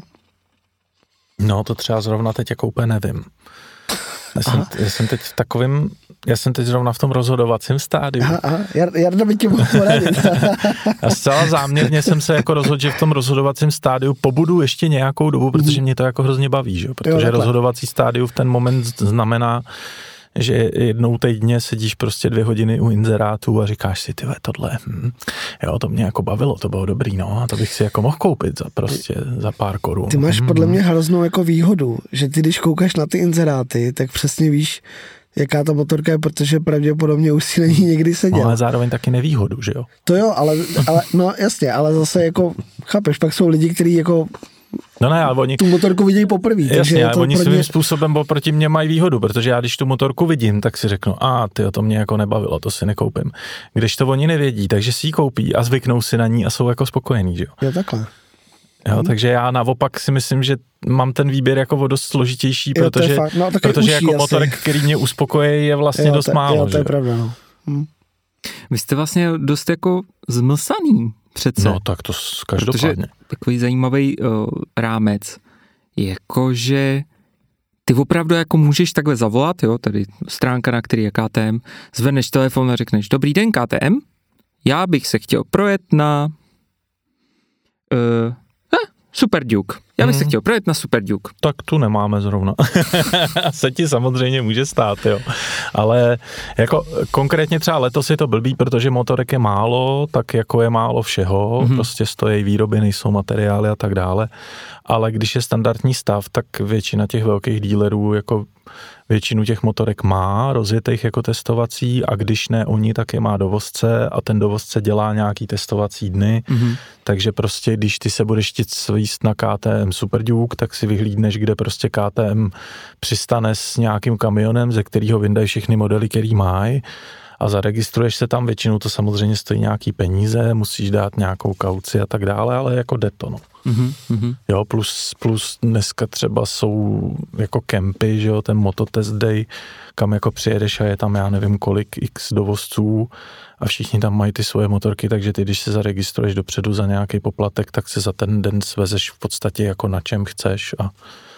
No, to třeba zrovna teď jako úplně nevím. Já jsem, já jsem teď v takovým, já jsem teď zrovna v tom rozhodovacím stádiu. Aha, aha. Jarda by ti mohl poradit. A zcela záměrně jsem se jako rozhodl, že v tom rozhodovacím stádiu pobudu ještě nějakou dobu, protože mě to jako hrozně baví, že? Protože jo, rozhodovací stádiu v ten moment znamená, že jednou týdně sedíš prostě dvě hodiny u inzerátů a říkáš si, tyhle, tohle, hm, jo, to mě jako bavilo, to bylo dobrý, no, a to bych si jako mohl koupit za prostě za pár korun. Ty máš podle mě hroznou jako výhodu, že ty, když koukáš na ty inzeráty, tak přesně víš, jaká ta motorka je, protože pravděpodobně už si na ní někdy seděl. No, ale zároveň taky nevýhodu, že jo? To jo, ale, ale no jasně, ale zase jako, chápeš, pak jsou lidi, kteří jako No ne, ale oni tu motorku vidějí poprvé. Jasně, ale oni svým mě způsobem oproti mě mají výhodu, protože já když tu motorku vidím, tak si řeknu, a tyjo, to mě jako nebavilo, to si nekoupím. Když to oni nevědí, takže si ji koupí a zvyknou si na ní a jsou jako spokojení, že jo? Jo, takhle. Jo, hmm. takže já naopak si myslím, že mám ten výběr jako o dost složitější, jo, protože, no, protože uší, jako asi. motorek, který mě uspokojí, je vlastně jo, dost to, málo. Jo, to je že? pravda, no. Hm. Vy jste vlastně dost jako zmlsaný přece. No tak to každopádně. Protože takový zajímavý uh, rámec, jakože ty opravdu jako můžeš takhle zavolat, jo, tady stránka, na který je K T M, zvedneš telefon a řekneš, dobrý den K T M, já bych se chtěl projet na uh, eh, Super Duke. Já bych hmm. se chtěl projet na Super Duke. Tak tu nemáme zrovna. Se ti samozřejmě může stát, jo. Ale jako konkrétně třeba letos je to blbý, protože motorek je málo, tak jako je málo všeho, hmm. prostě stojí výroby, nejsou materiály a tak dále. Ale když je standardní stav, tak většina těch velkých dílerů jako většinu těch motorek má rozjetých jako testovací a když ne oni, tak je má dovozce a ten dovozce dělá nějaký testovací dny, mm-hmm. takže prostě když ty se budeš chtít svíst na K T M Super Duke, tak si vyhlídneš, kde prostě K T M přistane s nějakým kamionem, ze kterého vyndají všechny modely, který mají a zaregistruješ se tam, většinou to samozřejmě stojí nějaký peníze, musíš dát nějakou kauci a tak dále, ale jako jde to, no. Mm-hmm. Jo, plus, plus dneska třeba jsou jako kempy, že jo, ten Mototest Day, kam jako přijedeš a je tam já nevím kolik x dovozců a všichni tam mají ty svoje motorky, takže ty, když se zaregistruješ dopředu za nějaký poplatek, tak se za ten den svezeš v podstatě jako na čem chceš a,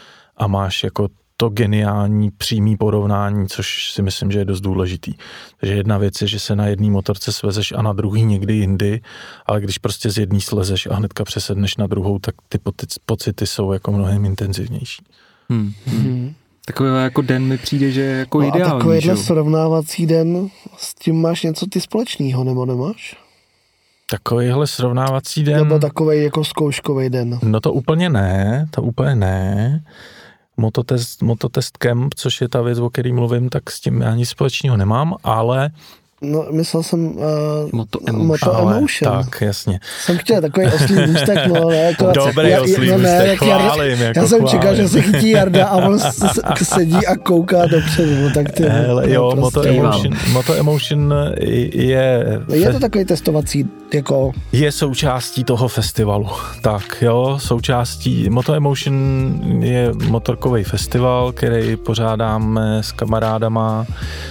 a máš jako to geniální přímý porovnání, což si myslím, že je dost důležitý. Takže jedna věc je, že se na jedné motorce svezeš a na druhý někdy jindy, ale když prostě z jedné slezeš a hnedka přesedneš na druhou, tak ty pocity jsou jako mnohem intenzivnější. Hmm. Hmm. Takový jako den mi přijde, že je jako no ideální. A takovýhle srovnávací den, s tím máš něco ty společného, nebo nemáš? Takovýhle srovnávací den? Nebo takovej jako zkouškový den? No to úplně ne, to úplně ne. Mototest, Mototest Camp, což je ta věc, o který mluvím, tak s tím já nic společného nemám, ale... No, myslel jsem uh, Moto Emotion. Moto ale, Emotion. Tak, jasně. Jsem chtěl takový oslý můstek, no, ne, jako... Dobrý já, oslý no, ne, můstek, chválím, jako Já jsem chválím. čekal, že se chytí Jarda a on sedí a kouká dopředu, no, tak ty... Hele, jo, no, Moto prostě, Emotion, Moto Emotion je... Je to takový testovací, jako... Je součástí toho festivalu, tak jo, součástí... Moto Emotion je motorkový festival, který pořádáme s kamarádama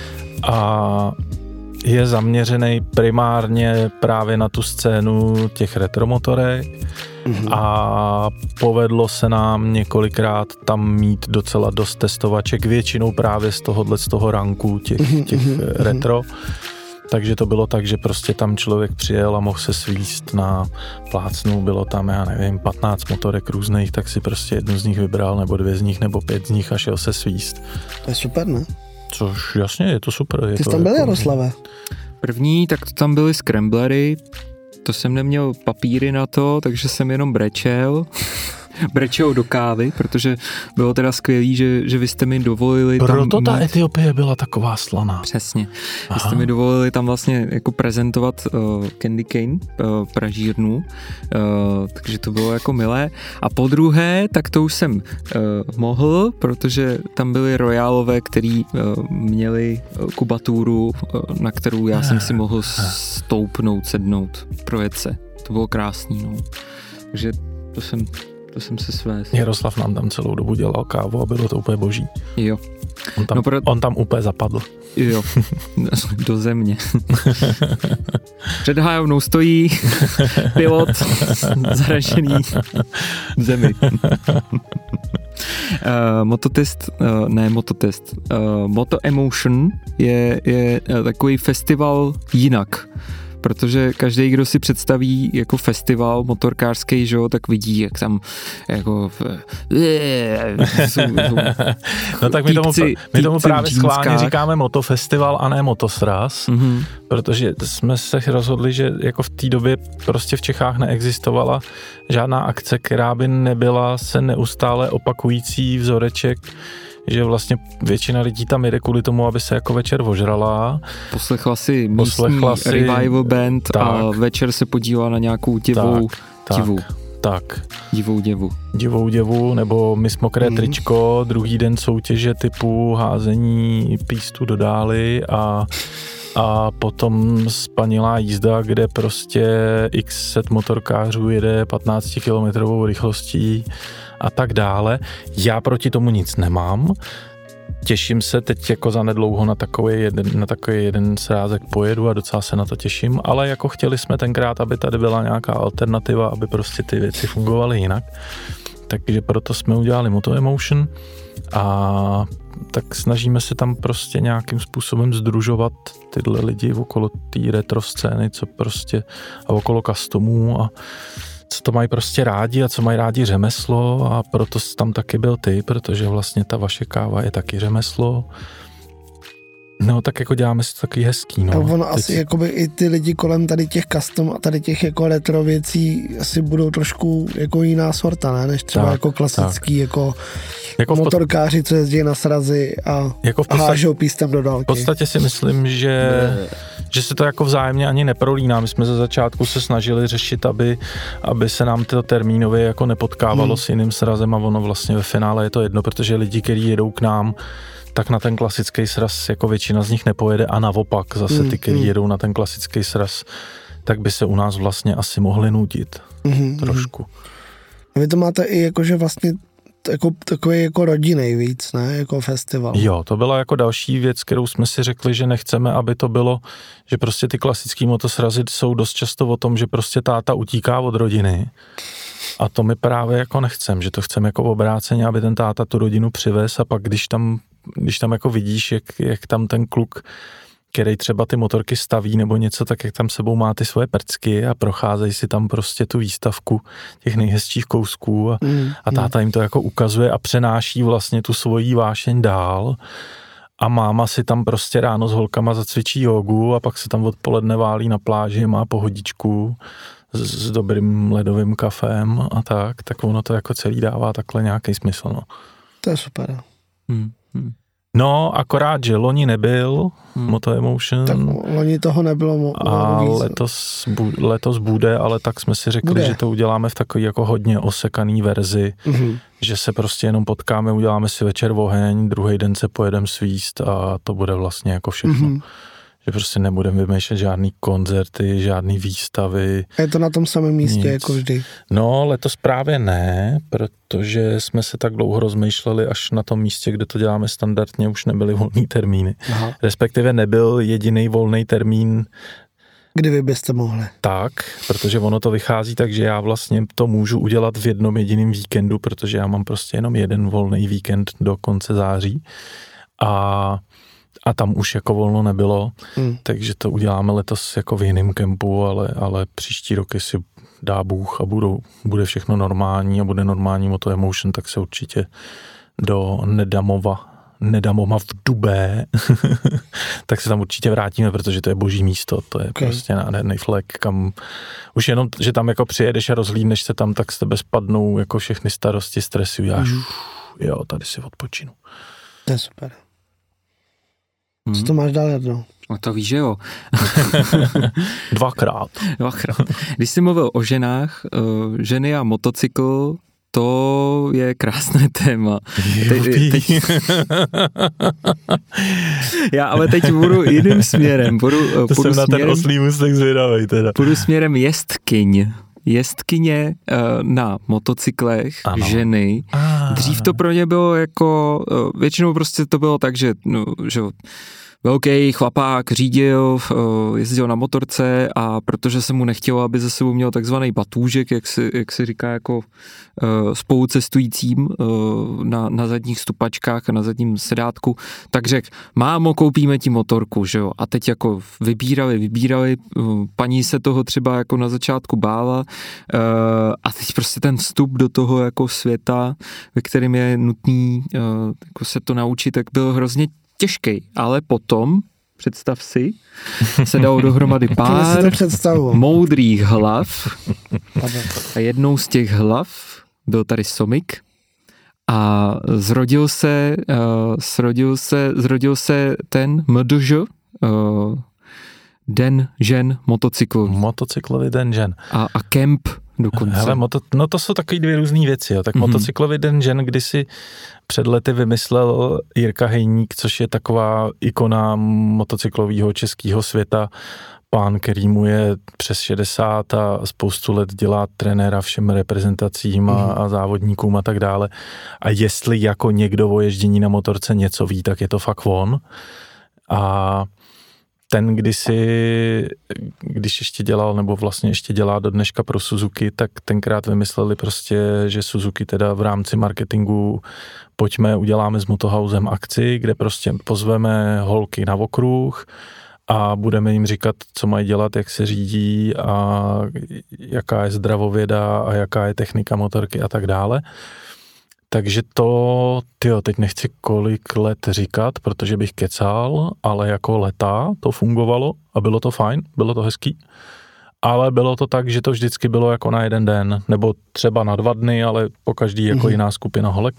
a je zaměřený primárně právě na tu scénu těch retromotorek mm-hmm. a povedlo se nám několikrát tam mít docela dost testovaček, většinou právě z tohohle, z toho ranku těch, těch mm-hmm. retro. Takže to bylo tak, že prostě tam člověk přijel a mohl se svíst na plácnu, bylo tam, já nevím, patnáct motorek různých, tak si prostě jednu z nich vybral, nebo dvě z nich, nebo pět z nich a šel se svíst. To je super, ne? Což jasně, je to super. Je Ty to jsi tam byl, jako... Jaroslave? První, tak to tam byly scramblery, to jsem neměl papíry na to, takže jsem jenom brečel. brečou do kávy, protože bylo teda skvělý, že, že vy jste mi dovolili tam Proto ta mít... Etiopie byla taková slaná. Přesně. Vy jste mi dovolili tam vlastně jako prezentovat uh, Candy Cane, uh, pražírnu, uh, takže to bylo jako milé. A po druhé, tak to už jsem uh, mohl, protože tam byli royálové, který uh, měli kubaturu, uh, na kterou já jsem si mohl stoupnout, sednout, projet se. To bylo krásný, no. Takže to jsem, to jsem se svést. Jaroslav nám tam celou dobu dělal kávu a bylo to úplně boží. Jo. On tam, no pro... on tam úplně zapadl. Jo, do země. Před hájovnou stojí pilot zaražený v zemi. Uh, mototest, uh, ne mototest, uh, Moto Emotion je, je uh, takový festival jinak. Protože každý, kdo si představí jako festival motorkářský, že jo, tak vidí, jak tam jako jsou, jsou no tak my tomu, týpci, my tomu právě schválně říkáme motofestival a ne motosraz, mm-hmm. protože jsme se rozhodli, že jako v té době prostě v Čechách neexistovala žádná akce, která by nebyla se neustále opakující vzoreček, že vlastně většina lidí tam jede kvůli tomu, aby se jako večer ožrala. Poslechla si místní Poslechla si, revival band tak, a večer se podívala na nějakou divou tak, divu. Tak, tak. Divou děvu. Divou děvu, nebo Miss Mokré mm. tričko, druhý den soutěže typu házení pístu do dály a a potom spanilá jízda, kde prostě x set motorkářů jede patnáctikilometrovou rychlostí a tak dále. Já proti tomu nic nemám. Těším se teď jako zanedlouho na takový jeden, na takový jeden srázek pojedu a docela se na to těším, ale jako chtěli jsme tenkrát, aby tady byla nějaká alternativa, aby prostě ty věci fungovaly jinak. Takže proto jsme udělali Moto Emotion a tak snažíme se tam prostě nějakým způsobem sdružovat tyhle lidi okolo té retro scény, co prostě a okolo customů a co to mají prostě rádi a co mají rádi řemeslo a proto tam taky byl ty, protože vlastně ta vaše káva je taky řemeslo. No tak jako děláme si to taky hezký, no. A ono Teď... asi jakoby i ty lidi kolem tady těch custom a tady těch jako retro věcí asi budou trošku jako jiná sorta, ne? Než třeba tak, jako klasický tak. jako, jako motorkáři, co jezdí na srazy a, jako a hážou pístem do dálky. V podstatě si myslím, že, že se to jako vzájemně ani neprolíná. My jsme ze začátku se snažili řešit, aby, aby se nám to termínově jako nepotkávalo hmm. s jiným srazem a ono vlastně ve finále je to jedno, protože lidi, kteří jedou k nám, tak na ten klasický sraz jako většina z nich nepojede a naopak zase ty, kteří jedou na ten klasický sraz, tak by se u nás vlastně asi mohli nutit mm-hmm. trošku. A vy to máte i jakože vlastně jako, takový jako rodinný víc, ne? Jako festival. Jo, to byla jako další věc, kterou jsme si řekli, že nechceme, aby to bylo, že prostě ty klasický motosrazy jsou dost často o tom, že prostě táta utíká od rodiny. A to my právě jako nechcem, že to chceme jako obráceně, aby ten táta tu rodinu přivez a pak když tam když tam jako vidíš, jak, jak tam ten kluk, který třeba ty motorky staví nebo něco, tak jak tam sebou má ty svoje prcky a procházejí si tam prostě tu výstavku těch nejhezčích kousků a, mm, a táta jim to jako ukazuje a přenáší vlastně tu svoji vášeň dál a máma si tam prostě ráno s holkama zacvičí jogu a pak se tam odpoledne válí na pláži, má pohodičku s, s dobrým ledovým kafem a tak, tak ono to jako celý dává takhle nějaký smysl, no. To je super. Hmm. Hmm. No, akorát, že loni nebyl hmm. Moto Emotion. Tak loni toho nebylo. Mo- a letos, bu- letos bude, ale tak jsme si řekli, bude. Že to uděláme v takové jako hodně osekaný verzi, mm-hmm. že se prostě jenom potkáme, uděláme si večer oheň, druhý den se pojedeme svíst a to bude vlastně jako všechno. Mm-hmm. Že prostě nebudeme vymýšlet žádný koncerty, žádný výstavy. A je to na tom samém místě, nic. Jako vždy? No, letos právě ne, protože jsme se tak dlouho rozmýšleli, až na tom místě, kde to děláme standardně, už nebyly volný termíny. Aha. Respektive nebyl jediný volný termín. Kdy vy byste mohli? Tak, protože ono to vychází tak, že já vlastně to můžu udělat v jednom jediném víkendu, protože já mám prostě jenom jeden volný víkend do konce září. A A tam už jako volno nebylo, hmm. takže to uděláme letos jako v jiném kempu, ale, ale příští roky si dá Bůh a budou, bude všechno normální a bude normální Moto Emotion, tak se určitě do Nedamova Nedamoma v Dubé, tak se tam určitě vrátíme, protože to je boží místo, to je okay. prostě nádherný flek, kam už jenom, že tam jako přijedeš a rozhlídneš se tam, tak z tebe spadnou jako všechny starosti, stresy, uděláš, mm. jo, tady si odpočinu. To je super. Hmm. Co to máš dál, Jardo? No to víš, že jo. Dvakrát. Dvakrát. Když jsi mluvil o ženách, ženy a motocykl, to je krásné téma. Teď, teď... Já ale teď budu jiným směrem. Budu, to jsem na směrem, ten oslý můstek zvědavej teda. Budu směrem jezdkyň. Jezdkyně na motocyklech, ano. ženy. Ah. Dřív to pro ně bylo jako, většinou prostě to bylo tak, že, no, že velký chlapák řídil, jezdil na motorce a protože se mu nechtělo, aby za sebou měl takzvaný batůžek, jak se, jak se říká jako spolucestujícím na, na zadních stupačkách a na zadním sedátku, tak řekl, mámo, koupíme ti motorku, že jo. A teď jako vybírali, vybírali, paní se toho třeba jako na začátku bála a teď prostě ten vstup do toho jako světa, ve kterém je nutný jako se to naučit, tak byl hrozně těžký, ale potom, představ si, se dalo dohromady pár moudrých hlav a jednou z těch hlav byl tady Somik a zrodil se, uh, zrodil se, zrodil se ten M D Ž, uh, Den žen motocyklový. Motocyklový den žen. A, a kemp dokonce. Hele, moto, no to jsou takový dvě různý věci. Jo. Tak mm-hmm. motocyklový den žen kdysi před lety vymyslel Jirka Hejník, což je taková ikona motocyklového českého světa. Pán, který mu je přes šedesát a spoustu let dělá trenéra všem reprezentacím a, mm-hmm. a závodníkům a tak dále. A jestli jako někdo o ježdění na motorce něco ví, tak je to fakt on. A ten kdysi, když ještě dělal, nebo vlastně ještě dělá do dneška pro Suzuki, tak tenkrát vymysleli prostě, že Suzuki teda v rámci marketingu pojďme, uděláme s Motohausem akci, kde prostě pozveme holky na okruh a budeme jim říkat, co mají dělat, jak se řídí a jaká je zdravověda a jaká je technika motorky a tak dále. Takže to, tyjo, teď nechci kolik let říkat, protože bych kecal, ale jako leta to fungovalo a bylo to fajn, bylo to hezký. Ale bylo to tak, že to vždycky bylo jako na jeden den, nebo třeba na dva dny, ale po každý jako mm-hmm. jiná skupina holek.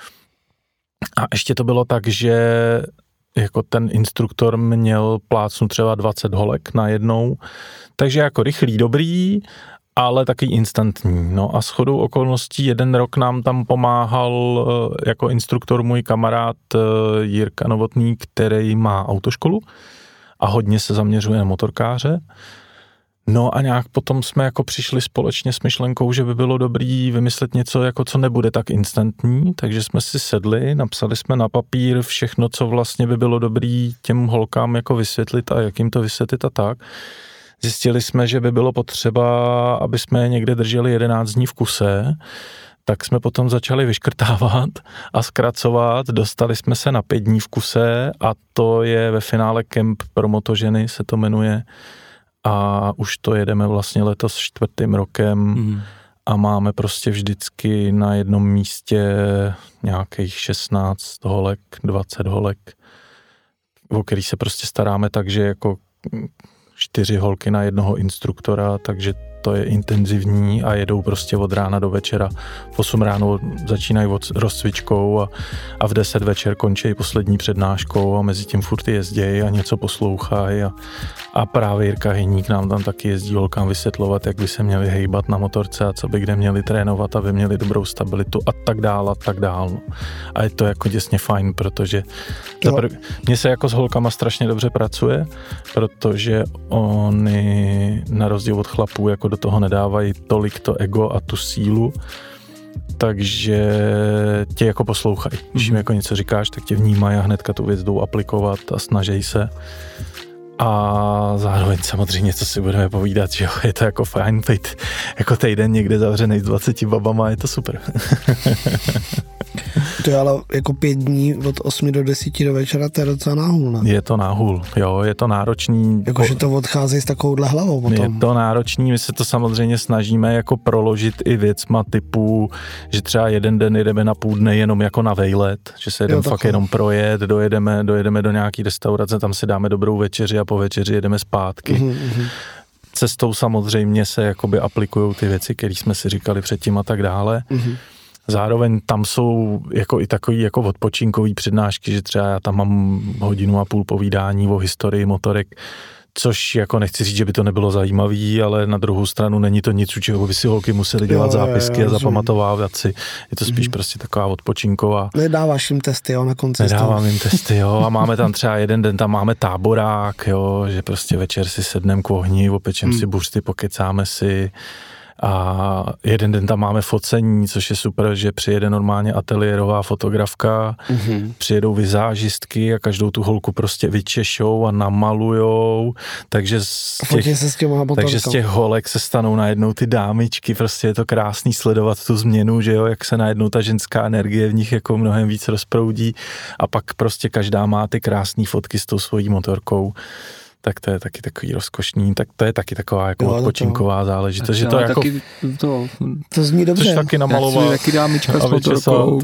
A ještě to bylo tak, že jako ten instruktor měl plácnu třeba dvacet holek na jednou, takže jako rychlý, dobrý, ale taky instantní. No a shodou okolností jeden rok nám tam pomáhal jako instruktor můj kamarád Jirka Novotný, který má autoškolu a hodně se zaměřuje na motorkáře. No a nějak potom jsme jako přišli společně s myšlenkou, že by bylo dobrý vymyslet něco, jako co nebude tak instantní, takže jsme si sedli, napsali jsme na papír všechno, co vlastně by bylo dobrý těm holkám jako vysvětlit a jak jim to vysvětlit a tak. Zjistili jsme, že by bylo potřeba, aby jsme někde drželi jedenáct dní v kuse, tak jsme potom začali vyškrtávat a zkracovat, dostali jsme se na pět dní v kuse a to je ve finále Kemp pro motoženy, se to jmenuje a už to jedeme vlastně letos čtvrtým rokem mm. a máme prostě vždycky na jednom místě nějakých šestnáct holek, dvacet holek, o který se prostě staráme tak, že jako čtyři holky na jednoho instruktora, takže to je intenzivní a jedou prostě od rána do večera. V osm ráno začínají od rozcvičkou a, a v deset večer končí poslední přednáškou a mezi tím furt jezdějí a něco poslouchají a, a právě Jirka Hejník nám tam taky jezdí holkám vysvětlovat, jak by se měli hejbat na motorce a co by kde měli trénovat, aby měli dobrou stabilitu a tak dál a tak dál. No. A je to jako děsně fajn, protože zapr- mně se jako s holkama strašně dobře pracuje, protože oni na rozdíl od chlapů jako do toho nedávají tolik to ego a tu sílu, takže tě jako poslouchají. Když jim jako něco říkáš, tak tě vnímají a hnedka tu věc jdou aplikovat a snaží se. A zároveň samozřejmě, co si budeme povídat, že jo, je to jako fajn být jako týden někde zavřenej s dvaceti babama, je to super. To je ale jako pět dní od osmi do deseti do večera, to je docela náhul, ne? Je to náhul, jo, je to náročný. Jakože to odchází s takovouhle hlavou potom. Je to náročný, my se to samozřejmě snažíme jako proložit i věcma typu, že třeba jeden den jedeme na půl dne jenom jako na vejlet, že se jedeme fakt jenom projet, dojedeme, dojedeme do nějaký restaurace, tam si dáme dobrou večeři a po večeři jedeme zpátky. Mm-hmm. Cestou samozřejmě se jakoby aplikujou ty věci, které jsme si říkali předtím a tak dále. Mm-hmm. Zároveň tam jsou jako i takový jako odpočinkový přednášky, že třeba já tam mám hodinu a půl povídání o historii motorek, což jako nechci říct, že by to nebylo zajímavý, ale na druhou stranu není to nic, u čeho by si holky museli dělat jo, zápisky jo, jo, a zapamatovávat si. Je to spíš mm-hmm. prostě taková odpočinková. Nedáváš jim testy, jo, na konci. Nedávám jim testy, jo, a máme tam třeba jeden den, tam máme táborák, jo, že prostě večer si sednem k ohni, opečem mm. si buřty, pokecáme si. A jeden den tam máme focení, což je super, že přijede normálně ateliérová fotografka, mm-hmm. přijedou vizážistky a každou tu holku prostě vyčešou a namalujou, takže z těch, se s takže z těch holek se stanou najednou ty dámičky, prostě je to krásný sledovat tu změnu, že jo, jak se najednou ta ženská energie v nich jako mnohem víc rozproudí a pak prostě každá má ty krásné fotky s tou svojí motorkou. Tak to je taky takový rozkošný, tak to je taky taková jako jo, odpočinková záležitost, že to jako... Taky to, to zní dobře. Což taky namalovat. Taky dámička s motorkou.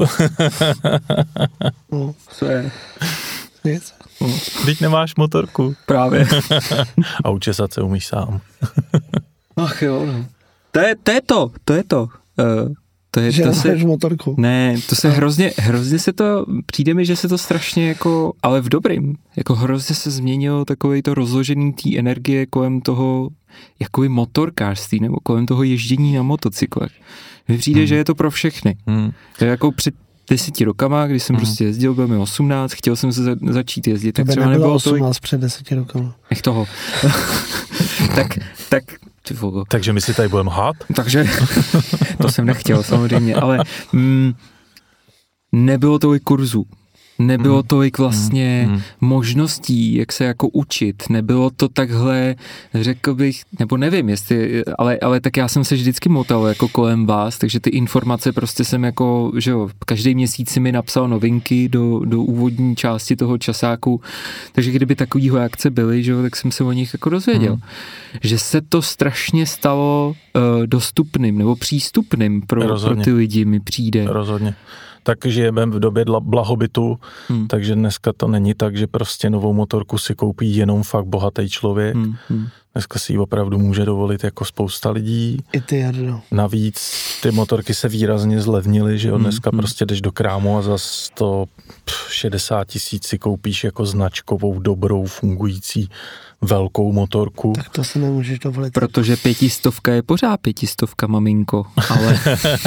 No, to je... Nic. Vždyť nemáš motorku. Právě. A učesat se umíš sám. Ach jo, no. To je to, je to, to je to. Uh, To je, že to se, motorku. Ne, to se hrozně, hrozně se to, přijde mi, že se to strašně jako, ale v dobrým, jako hrozně se změnilo takovej to rozložený té energie kolem toho, jakoby motorkářství, nebo kolem toho ježdění na motocyklech. Mně přijde, hmm. že je to pro všechny. Hmm. To je jako před deseti rokama, když jsem hmm. prostě jezdil, byl mi osmnáct, chtěl jsem se za, začít jezdit, tak třeba nebylo osmnáct tolik... před deseti rokama. Nech toho. tak, tak Takže my si tady budeme hát? Takže to jsem nechtěl samozřejmě, ale mm, nebylo tolik kurzů, nebylo tolik vlastně mm. možností, jak se jako učit, nebylo to takhle, řekl bych, nebo nevím, jestli, ale, ale tak já jsem se vždycky motal jako kolem vás, takže ty informace prostě jsem jako, že jo, každý měsíc si mi napsal novinky do, do úvodní části toho časáku, takže kdyby takovýho akce byly, že jo, tak jsem se o nich jako dozvěděl. Mm. Že se to strašně stalo uh, dostupným nebo přístupným pro, pro ty lidi, mi přijde. Rozhodně. Tak žijeme v době blahobytu, hmm. takže dneska to není tak, že prostě novou motorku si koupí jenom fakt bohatý člověk. Hmm. Hmm. Dneska si ji opravdu může dovolit jako spousta lidí. I ty, Jardo. Navíc ty motorky se výrazně zlevnily, že jo, dneska hmm. prostě jdeš do krámu a za sto šedesát tisíc si koupíš jako značkovou, dobrou, fungující velkou motorku. Tak to si nemůžeš dovolit. Protože pětistovka je pořád pětistovka, maminko, ale...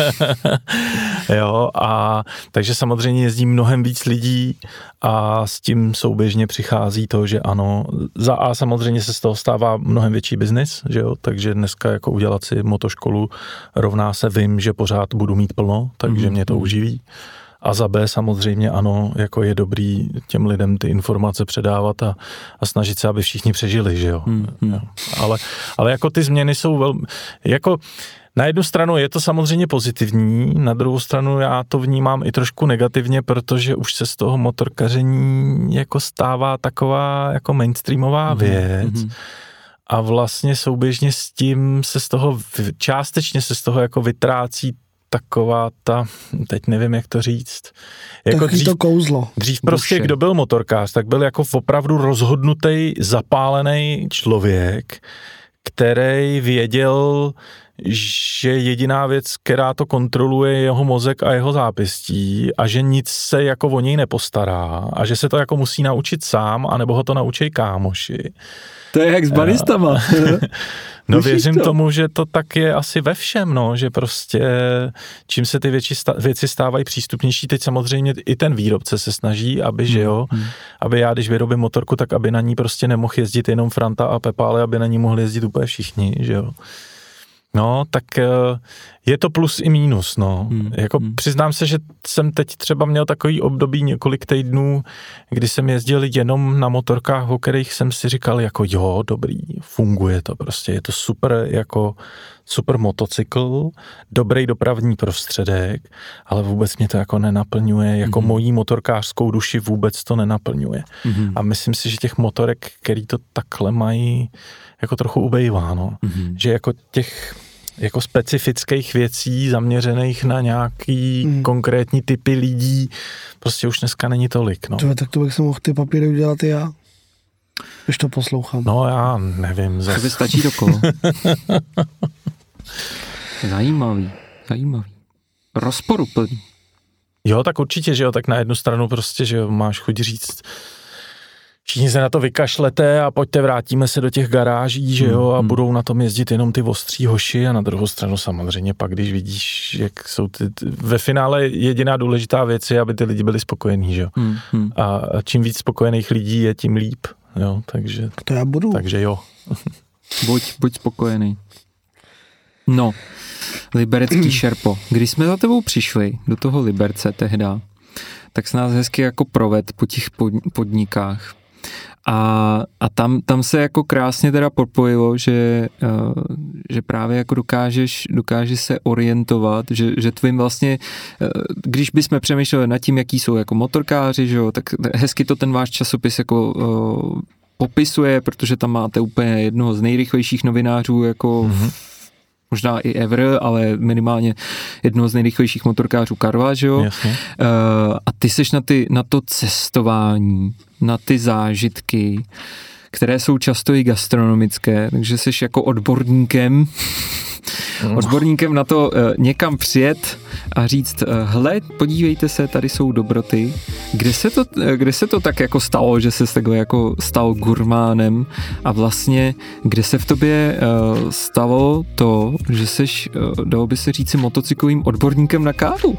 jo, a takže samozřejmě jezdí mnohem víc lidí a s tím souběžně přichází to, že ano, za A samozřejmě se z toho stává mnohem větší biznis, že jo, takže dneska jako udělat si motoškolu rovná se vím, že pořád budu mít plno, takže mm. mě to uživí. A za B samozřejmě ano, jako je dobrý těm lidem ty informace předávat a, a snažit se, aby všichni přežili, že jo. Hmm, hmm. Ale, ale jako ty změny jsou velmi, jako na jednu stranu je to samozřejmě pozitivní, na druhou stranu já to vnímám i trošku negativně, protože už se z toho motorkaření jako stává taková jako mainstreamová hmm, věc. Hmm. A vlastně souběžně s tím se z toho, částečně se z toho jako vytrácí taková ta, teď nevím, jak to říct. Jako dřív, to kouzlo. Dřív prostě, kdo byl motorkář, tak byl jako opravdu rozhodnutý, zapálený člověk, který věděl, že jediná věc, která to kontroluje, je jeho mozek a jeho zápěstí a že nic se jako o něj nepostará a že se to jako musí naučit sám, anebo ho to naučí kámoši. To je jak s baristama. No věřím to? tomu, že to tak je asi ve všem, no, že prostě čím se ty věci, věci stávají přístupnější, teď samozřejmě i ten výrobce se snaží, aby, že jo, hmm. aby já, když vyrobím motorku, tak aby na ní prostě nemohl jezdit jenom Franta a Pepa, ale aby na ní mohli jezdit úplně všichni, že jo. No, tak Je to plus i mínus, no. Hmm. Jako hmm. přiznám se, že jsem teď třeba měl takový období několik týdnů, kdy jsem jezdil jenom na motorkách, o kterých jsem si říkal jako jo, dobrý, funguje to prostě, je to super jako super motocykl, dobrý dopravní prostředek, ale vůbec mě to jako nenaplňuje, jako hmm. mojí motorkářskou duši vůbec to nenaplňuje. Hmm. A myslím si, že těch motorek, který to takhle mají, jako trochu ubejvá, no. Hmm. Že jako těch jako specifických věcí zaměřených na nějaký hmm. konkrétní typy lidí prostě už dneska není tolik, no. Tové, tak to bych se mohl ty papíry udělat i já, když to poslouchám. No já nevím. Zas. To by stačí dokolo. Zajímavý, zajímavý. Rozporuplný. Jo, tak určitě, že jo, tak na jednu stranu prostě, že jo, máš chuť říct, všichni se na to vykašlete a pojďte, vrátíme se do těch garáží, že jo, a hmm. budou na tom jezdit jenom ty ostří hoši a na druhou stranu samozřejmě pak, když vidíš, jak jsou ty, ve finále jediná důležitá věc je, aby ty lidi byli spokojení, že jo. Hmm. A čím víc spokojených lidí je, tím líp, jo, takže. To já budu. Takže jo. Buď, buď spokojený. No, liberecký šerpo. Když jsme za tebou přišli do toho Liberce tehda, tak se nás hezky jako proved po těch pod, podnikách. A, a tam, tam se jako krásně teda propojilo, že, uh, že právě jako dokážeš, dokážeš se orientovat, že, že tvým vlastně, uh, když bychom přemýšleli nad tím, jaký jsou jako motorkáři, že jo, tak hezky to ten váš časopis jako uh, popisuje, protože tam máte úplně jednoho z nejrychlejších novinářů jako mm-hmm. možná i ever, ale minimálně jednoho z nejrychlejších motorkářů Karla, že jo? Jasně. Uh, a ty seš na, ty, na to cestování, na ty zážitky, které jsou často i gastronomické, takže seš jako odborníkem, mm. odborníkem na to uh, někam přijet a říct, uh, hle, podívejte se, tady jsou dobroty. Kde se to, uh, kde se to tak jako stalo, že ses takhle jako stal gurmánem a vlastně kde se v tobě uh, stalo to, že seš, uh, dalo by se říci, motocyklovým odborníkem na kávu?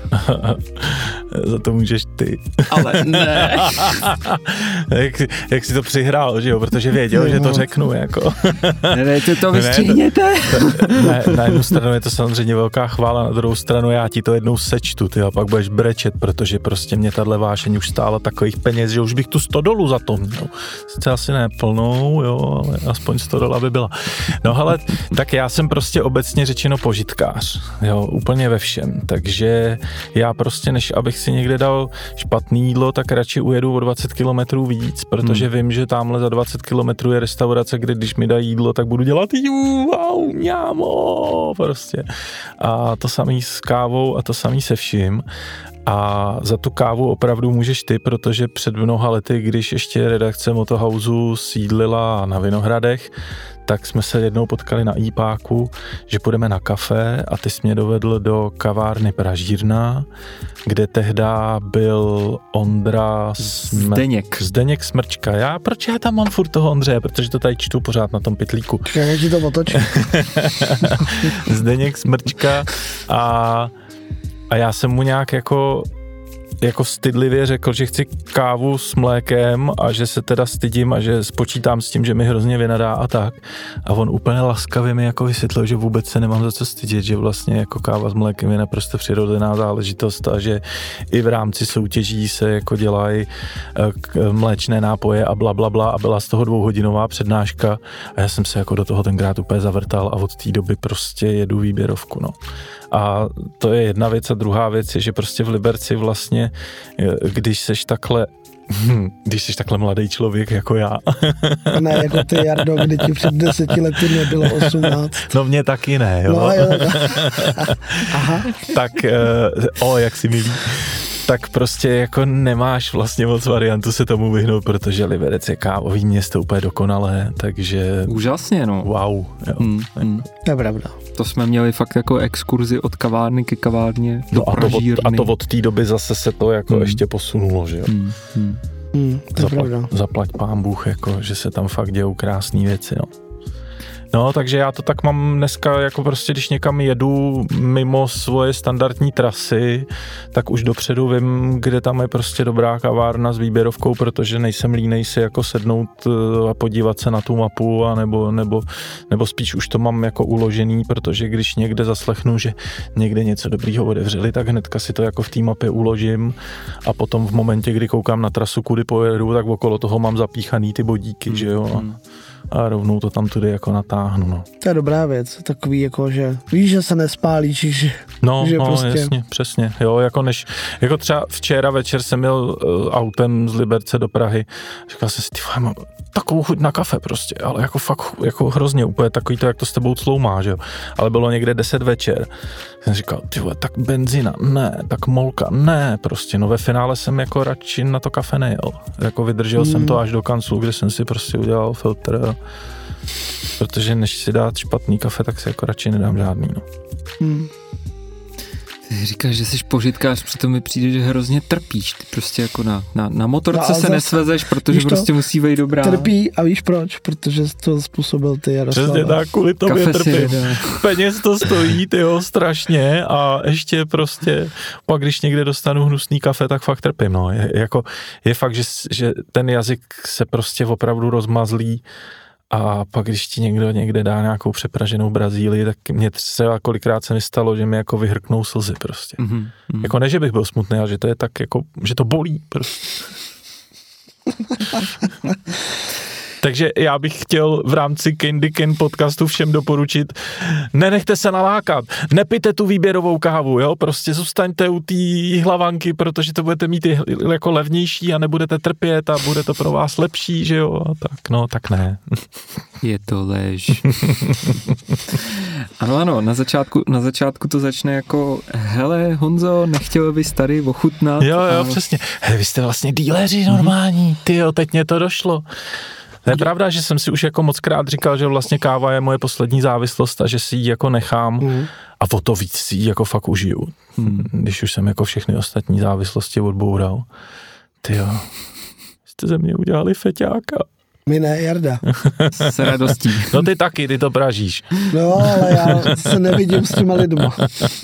Za to můžeš ty. Ale ne. jak, jak jsi to přihrál, že jo, protože věděl, no. že to řeknu, jako. ne, ne, ty to vystřihněte. Na, na jednu stranu je to samozřejmě velká chvála, na druhou stranu já ti to jednou sečtu, ty a pak budeš brečet, protože prostě mě tahle vášeň už stála takových peněz, že už bych tu sto dolů za to měl. Sice asi ne plnou, jo, ale aspoň sto dola by byla. No hele, tak já jsem prostě obecně řečeno požitkář, jo, úplně ve všem, takže já prostě než abych si někde dal špatný jídlo, tak radši ujedu o dvacet kilometrů víc, protože hmm. vím, že tamhle za dvacet kilometrů je restaurace, kde když mi dají jídlo, tak budu dělat jú, wow, mňámo, prostě. A to samý s kávou a to samý se vším. A za tu kávu opravdu můžeš ty, protože před mnoha lety, když ještě redakce Motohouseu sídlila na Vinohradech, tak jsme se jednou potkali na Ipáku, že půjdeme na kafe a ty jsi mě dovedl do kavárny Pražírna, kde tehda byl Ondra Sm- Zdeněk. Zdeněk Smrčka. Já, proč já tam mám furt toho Ondřeje, protože to tady čtu pořád na tom pytlíku. Jak ti to otočí? Zdeněk Smrčka a A já jsem mu nějak jako, jako stydlivě řekl, že chci kávu s mlékem a že se teda stydím a že spočítám s tím, že mi hrozně vynadá a tak. A on úplně laskavě mi jako vysvětlil, že vůbec se nemám za co stydět, že vlastně jako káva s mlékem je naprosto přirozená záležitost a že i v rámci soutěží se jako dělají mléčné nápoje a bla, bla, bla a byla z toho dvouhodinová přednáška a já jsem se jako do toho tenkrát úplně zavrtal a od té doby prostě jedu výběrovku, no. A to je jedna věc a druhá věc je, že prostě v Liberci vlastně, když seš takhle, když jsi takhle mladý člověk jako já. Ne, jako ty, Jardo, kdy ti před deseti lety nebylo osmnáct. No mě taky ne, jo. No, jo. Aha. Tak, o, jak si milí. Tak prostě jako nemáš vlastně moc variantu se tomu vyhnout, protože Liberec je kávový město úplně dokonalé, takže... Úžasně, no. Wow. Jo. Hmm, hmm. To je pravda. To jsme měli fakt jako exkurzi od kavárny ke kavárně do no a to, od, a to od té doby zase se to jako hmm. ještě posunulo, že jo. Hmm, hmm. Hmm, to je Zapla- pravda. Zaplať pán Bůh, jako, že se tam fakt dějou krásné věci, no. No, takže já to tak mám dneska, jako prostě, když někam jedu mimo svoje standardní trasy, tak už dopředu vím, kde tam je prostě dobrá kavárna s výběrovkou, protože nejsem línej si jako sednout a podívat se na tu mapu, a nebo, nebo, nebo spíš už to mám jako uložený, protože když někde zaslechnu, že někde něco dobrýho otevřeli, tak hnedka si to jako v té mapě uložím a potom v momentě, kdy koukám na trasu, kudy pojedu, tak okolo toho mám zapíchaný ty bodíky, mm. že jo. A rovnou to tam tudy jako natáhnu, no. To je dobrá věc, takový jako, že víš, že se nespálíš, že, no, že no, prostě... jasně, přesně, jo, jako než, jako třeba včera večer jsem jel uh, autem z Liberce do Prahy, říkal jsem si, ty vole, mám takovou chuť na kafe prostě, ale jako fakt, jako hrozně úplně takový to, jak to s tebou cloumá, že jo, ale bylo někde deset večer, jsem říkal, ty vole, tak benzína, ne, tak molka, ne, prostě, no ve finále jsem jako radši na to kafe nejel, jako vydržel mm. jsem to až do kanclu, kde jsem si prostě udělal filtr, a, protože než si dát špatný kafe, tak si jako radši nedám žádný, no. Mm. Ty říkáš, že jsi požitkář, přitom mi přijde, že hrozně trpíš. Ty prostě jako na, na, na motorce no, se nesvezeš, protože prostě musí vejít dobrá. Trpí a víš proč? Protože to způsobil ty, Jaroslav. Přesně tak, kvůli tobě trpím. Peněz to stojí, tyjo, strašně a ještě prostě pak, když někde dostanu hnusný kafe, tak fakt trpím, no. Je, jako, je fakt, že, že ten jazyk se prostě opravdu rozmazlí. A pak, když ti někdo někde dá nějakou přepraženou Brazílii, tak mě třeba kolikrát se mi stalo, že mi jako vyhrknou slzy prostě. Mm-hmm. Jako ne, že bych byl smutný, ale že to je tak jako, že to bolí prostě. Takže já bych chtěl v rámci Candy Can podcastu všem doporučit, nenechte se nalákat, nepijte tu výběrovou kávu, jo, prostě zůstaňte u té hlavanky, protože to budete mít jako levnější a nebudete trpět a bude to pro vás lepší, že jo, tak no, tak ne. Je to lež. Ano, ano, na začátku, na začátku to začne jako, hele Honzo, nechtěl bys tady ochutnat? Jo, jo, a... přesně. He, vy jste vlastně díleři normální, tyjo, teď mě to došlo. To je pravda, že jsem si už jako mockrát říkal, že vlastně káva je moje poslední závislost a že si ji jako nechám mm. a o to víc si ji jako fakt užiju. Mm. Když už jsem jako všechny ostatní závislosti odboural. Tyjo, jste ze mě udělali feťáka. My ne, Jarda. S radostí. No ty taky, ty to pražíš. No, ale já se nevidím s těma lidma.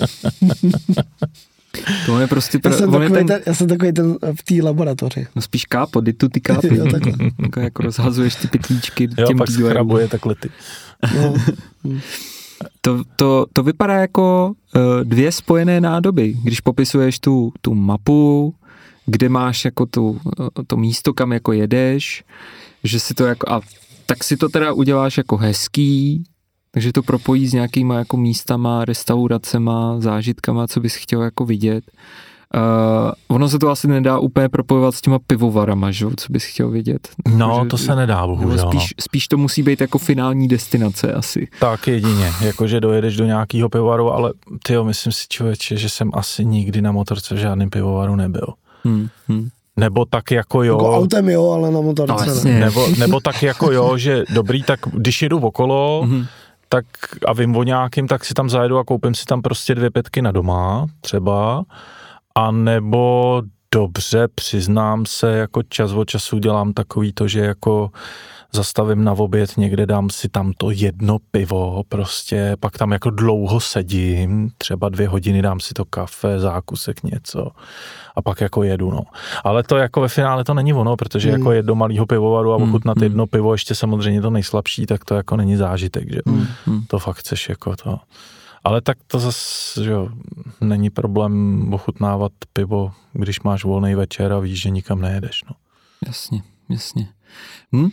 To je prostě... Já jsem, takový ten, ten, já jsem takový ten v té laboratoři. No spíš kápo, ty tu ty kápy. Jo, takhle. Jako, jako rozhazuješ ty pytlíčky jo, těm pak dílerům. zkrabuje takhle ty. No. To, to, to vypadá jako uh, dvě spojené nádoby. Když popisuješ tu, tu mapu, kde máš jako tu, to místo, kam jako jedeš, že si to jako... A tak si to teda uděláš jako hezký, takže to propojí s nějakýma jako místama, restauracema, zážitkama, co bys chtěl jako vidět. Uh, ono se to asi nedá úplně propojovat s těma pivovarama, že? Co bys chtěl vidět. No, takže, to se nedá, bohužel. Spíš, spíš to musí být jako finální destinace asi. Tak jedině, jakože dojedeš do nějakého pivovaru, ale tyjo, myslím si, člověče, že jsem asi nikdy na motorce v žádném pivovaru nebyl. Hmm, hmm. Nebo tak jako jo. Jako autem jo, ale na motorce no, ne. Nebo, nebo tak jako jo, že dobrý, tak když jedu okolo, mm-hmm. tak a vím o nějakým, tak si tam zajedu a koupím si tam prostě dvě pětky na doma, třeba, a nebo dobře, přiznám se, jako čas od času dělám takový to, že jako zastavím na oběd, někde dám si tam to jedno pivo, prostě, pak tam jako dlouho sedím, třeba dvě hodiny dám si to kafe, zákusek, něco a pak jako jedu, no. Ale to jako ve finále to není ono, protože mm. jako jed do malýho pivovaru a ochutnat mm. jedno pivo, ještě samozřejmě to nejslabší, tak to jako není zážitek, že mm. to fakt chceš jako to. Ale tak to zase, že jo, není problém ochutnávat pivo, když máš volný večer a víš, že nikam nejedeš, no. Jasně, jasně. Hm?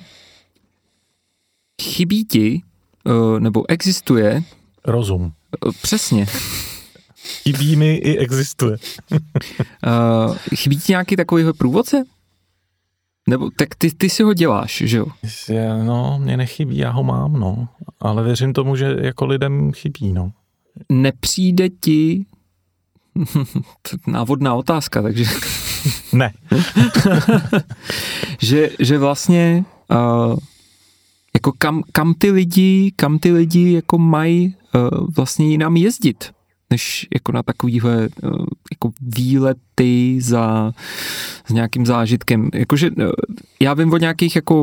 Chybí ti, nebo existuje... Rozum. Přesně. Chybí mi i existuje. Chybí ti nějaký takovýhle průvodce? Nebo tak ty, ty si ho děláš, že jo? No, mě nechybí, já ho mám, no. Ale věřím tomu, že jako lidem chybí, no. Nepřijde ti... Návodná otázka, takže... Ne. že, že vlastně... Uh, jako kam, kam ty lidi, kam ty lidi jako mají uh, vlastně jinam jezdit. než jako na takovýhle jako výlety za s nějakým zážitkem. Jakože já vím o nějakých jako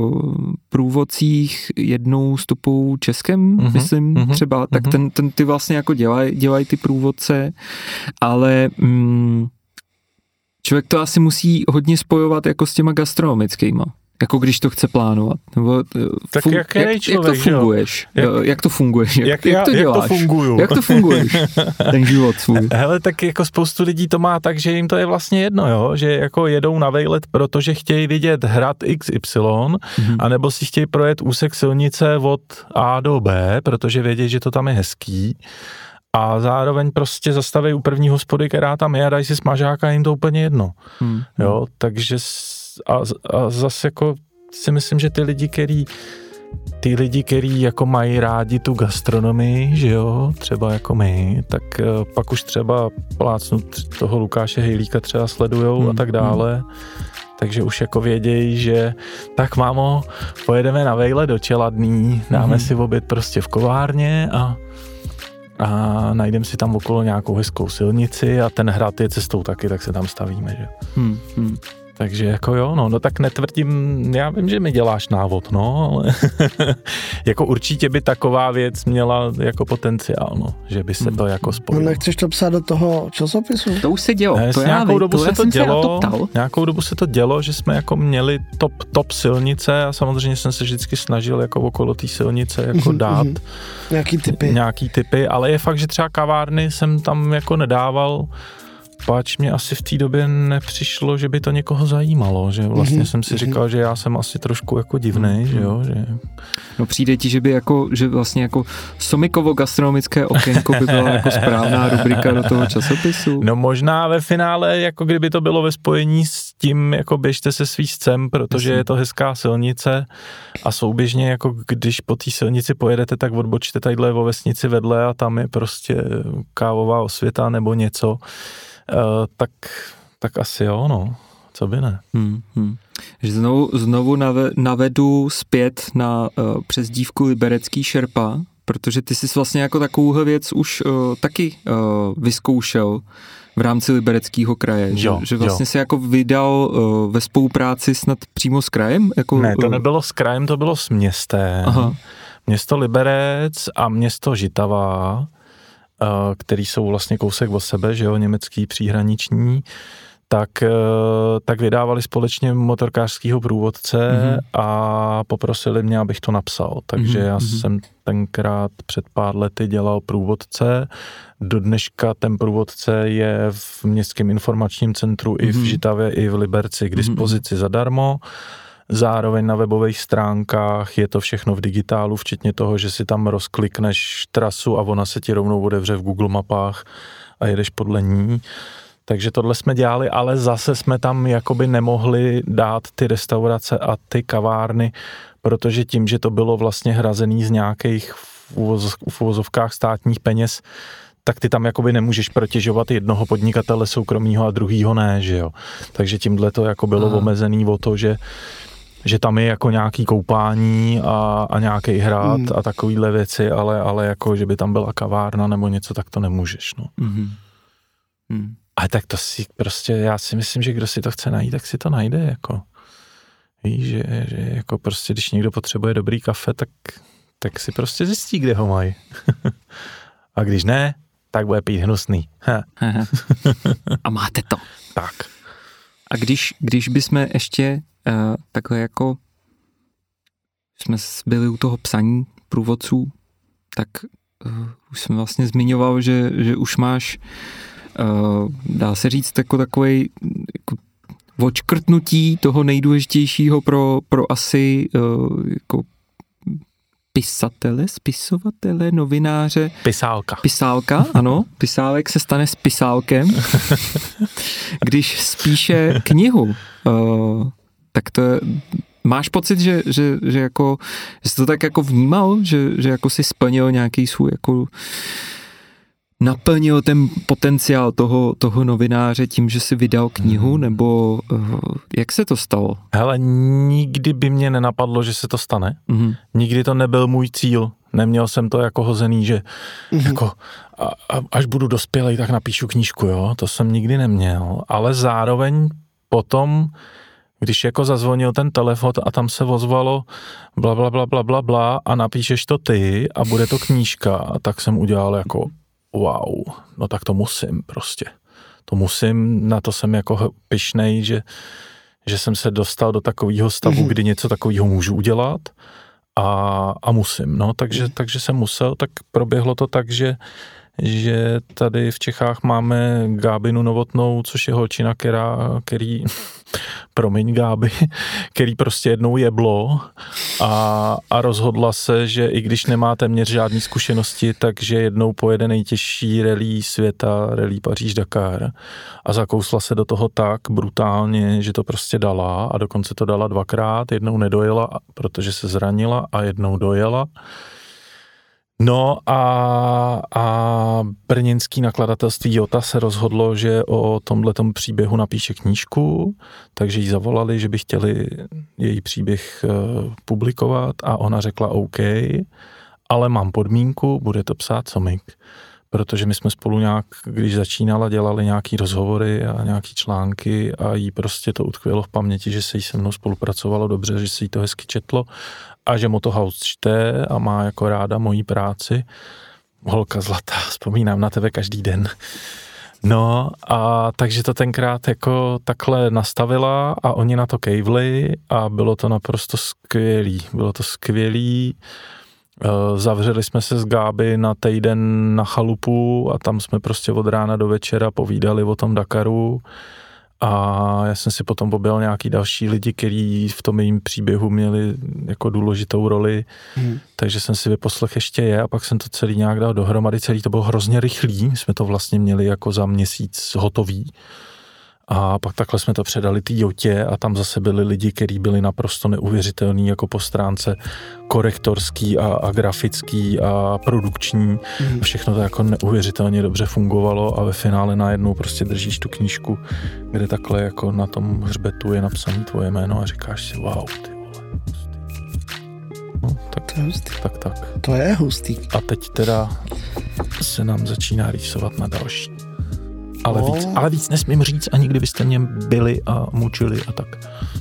průvodcích jednou stopou Českem, mm-hmm, myslím mm-hmm, třeba, mm-hmm. tak ten, ten ty vlastně jako dělají dělaj ty průvodce, ale mm, člověk to asi musí hodně spojovat jako s těma gastronomickýma. Jako když to chce plánovat. Nebo, tak fun- jak, jak, člověk, jak to funguješ? Jak, jak to funguješ? Jak, jak, jak to děláš? Jak to funguju? Jak to funguješ? Ten život svůj. Hele, tak jako spoustu lidí to má tak, že jim to je vlastně jedno, jo? Že jako jedou na vejlet, protože chtějí vidět hrad iks ypsilon, mm-hmm. anebo si chtějí projet úsek silnice od A do B, protože vědí, že to tam je hezký. A zároveň prostě zastaví u první hospody, která tam je, a dají si smažáka a jim to úplně jedno. Hmm. Jo, takže a, a zase jako si myslím, že ty lidi, který ty lidi, který jako mají rádi tu gastronomii, že jo, třeba jako my, tak uh, pak už třeba plácnut toho Lukáše Hejlíka třeba sledujou hmm. a tak dále. Hmm. Takže už jako vědějí, že tak mámo, pojedeme na vejle do Čeladný, dáme hmm. si oběd prostě v kovárně a a najdeme si tam okolo nějakou hezkou silnici a ten hrad je cestou taky, tak se tam stavíme, že? Hmm, hmm. Takže jako jo, no, no tak netvrdím, já vím, že mi děláš návod, no, ale jako určitě by taková věc měla jako potenciál, no, že by se to jako spojilo. No nechceš to psát do toho časopisu? To už se dělo, ne, to já nějakou vím, dobu to se já to jsem dělo, se na to ptal. Nějakou dobu se to dělo, že jsme jako měli top, top silnice a samozřejmě jsem se vždycky snažil jako okolo té silnice jako dát nějaký typy. nějaký typy, ale je fakt, že třeba kavárny jsem tam jako nedával, páč mě asi v té době nepřišlo, že by to někoho zajímalo, že vlastně mm-hmm. jsem si říkal, že já jsem asi trošku jako divnej, mm-hmm. že jo, že... No přijde ti, že by jako, že vlastně jako Somikovo gastronomické okénko by byla jako správná rubrika do toho časopisu? No možná ve finále, jako kdyby to bylo ve spojení s tím, jako běžte se svý scém, protože Myslím. je to hezká silnice a souběžně, jako když po té silnici pojedete, tak odbočte tadyhle o vesnici vedle a tam je prostě kávová osvěta nebo něco. Uh, tak, tak asi jo, no. Co by ne. Hmm, hmm. Znovu, znovu nave, navedu zpět na uh, přezdívku Liberecký šerpa, protože ty jsi vlastně jako takovouhle věc už uh, taky uh, vyzkoušel v rámci Libereckého kraje, jo, že, že vlastně jo. si jako vydal uh, ve spolupráci snad přímo s krajem? Jako, ne, to nebylo s krajem, to bylo s městem. Aha. Město Liberec a město Žitava, který jsou vlastně kousek od sebe, že jo, německý příhraniční, tak, tak vydávali společně motorkářského průvodce mm-hmm. a poprosili mě, abych to napsal. Takže mm-hmm. já jsem tenkrát před pár lety dělal průvodce. Do dneška ten průvodce je v Městském informačním centru mm-hmm. i v Žitavě, i v Liberci k dispozici mm-hmm. zadarmo. Zároveň na webových stránkách je to všechno v digitálu, včetně toho, že si tam rozklikneš trasu a ona se ti rovnou otevře v Google mapách a jedeš podle ní. Takže tohle jsme dělali, ale zase jsme tam jakoby nemohli dát ty restaurace a ty kavárny, protože tím, že to bylo vlastně hrazený z nějakých v uvozovkách státních peněz, tak ty tam jakoby nemůžeš protěžovat jednoho podnikatele soukromýho a druhýho ne, že jo. Takže tímhle to jako bylo Aha. omezený o to, že že tam je jako nějaký koupání a, a nějaký hrad mm. a takovýhle věci, ale, ale jako, že by tam byla kavárna nebo něco, tak to nemůžeš, no. Mm. Mm. Ale tak to si prostě, já si myslím, že kdo si to chce najít, tak si to najde, jako. Víš, že, že jako prostě, když někdo potřebuje dobrý kafe, tak, tak si prostě zjistí, kde ho mají. A když ne, tak bude pít hnusný. A máte to. Tak. A když, když bychom ještě Uh, takhle jako jsme byli u toho psaní průvodců, tak uh, už jsem vlastně zmiňoval, že, že už máš, uh, dá se říct, jako takovej jako odškrtnutí toho nejdůležitějšího pro, pro asi uh, jako pisatele, spisovatele, novináře. Pisálka. Pisálka, ano. Pisálek se stane spisálkem, když spíše knihu. Uh, tak to máš pocit, že, že, že jako, že jsi to tak jako vnímal, že, že jako si splnil nějaký svůj jako naplnil ten potenciál toho, toho novináře tím, že si vydal knihu, hmm. nebo uh, jak se to stalo? Hele, nikdy by mě nenapadlo, že se to stane. Hmm. Nikdy to nebyl můj cíl. Neměl jsem to jako hozený, že mm-hmm. jako a, a, až budu dospělej, tak napíšu knížku, jo. To jsem nikdy neměl, ale zároveň potom, když jako zazvonil ten telefon a tam se ozvalo bla, bla, bla, bla, bla, bla a napíšeš to ty a bude to knížka, tak jsem udělal jako wow, no tak to musím prostě. To musím, na to jsem jako pyšnej, že, že jsem se dostal do takového stavu, mm-hmm. kdy něco takového můžu udělat a, a musím, no, takže, takže jsem musel, tak proběhlo to tak, že že tady v Čechách máme Gábinu Novotnou, což je holčina, která, který, promiň Gáby, který prostě jednou jeblo a, a rozhodla se, že i když nemá téměř žádný zkušenosti, takže jednou pojede nejtěžší rally světa, rally Paříž-Dakar a zakousla se do toho tak brutálně, že to prostě dala a dokonce to dala dvakrát, jednou nedojela, protože se zranila a jednou dojela. No a, a brněnský nakladatelství Jota se rozhodlo, že o tomhletom příběhu napíše knížku, takže jí zavolali, že by chtěli její příběh uh, publikovat a ona řekla OK, ale mám podmínku, bude to psát Somik, protože my jsme spolu nějak, když začínala, dělali nějaký rozhovory a nějaký články a jí prostě to utkvělo v paměti, že se jí se mnou spolupracovalo dobře, že se jí to hezky četlo a že Motohouse čte a má jako ráda mojí práci. Holka zlatá, vzpomínám na tebe každý den. No a takže to tenkrát jako takhle nastavila a oni na to kejvli a bylo to naprosto skvělý. Bylo to skvělý. Zavřeli jsme se s Gáby na týden na chalupu a tam jsme prostě od rána do večera povídali o tom Dakaru a já jsem si potom objel nějaký další lidi, kteří v tom jejím příběhu měli jako důležitou roli, hmm. takže jsem si vyposlech ještě je a pak jsem to celý nějak dal dohromady, celý to bylo hrozně rychlý, my jsme to vlastně měli jako za měsíc hotový. A pak takhle jsme to předali té Jotě a tam zase byli lidi, kteří byli naprosto neuvěřitelní jako po stránce korektorský a, a grafický a produkční. Mm. Všechno to jako neuvěřitelně dobře fungovalo a ve finále najednou prostě držíš tu knížku, kde takhle jako na tom hřbetu je napsané tvoje jméno a říkáš si wow, ty vole, hustý. No, tak, to je hustý. tak, tak. To je hustý. A teď teda se nám začíná rýsovat na další. Ale, no. víc, ale víc nesmím říct, ani kdybyste mě byli a mučili a tak.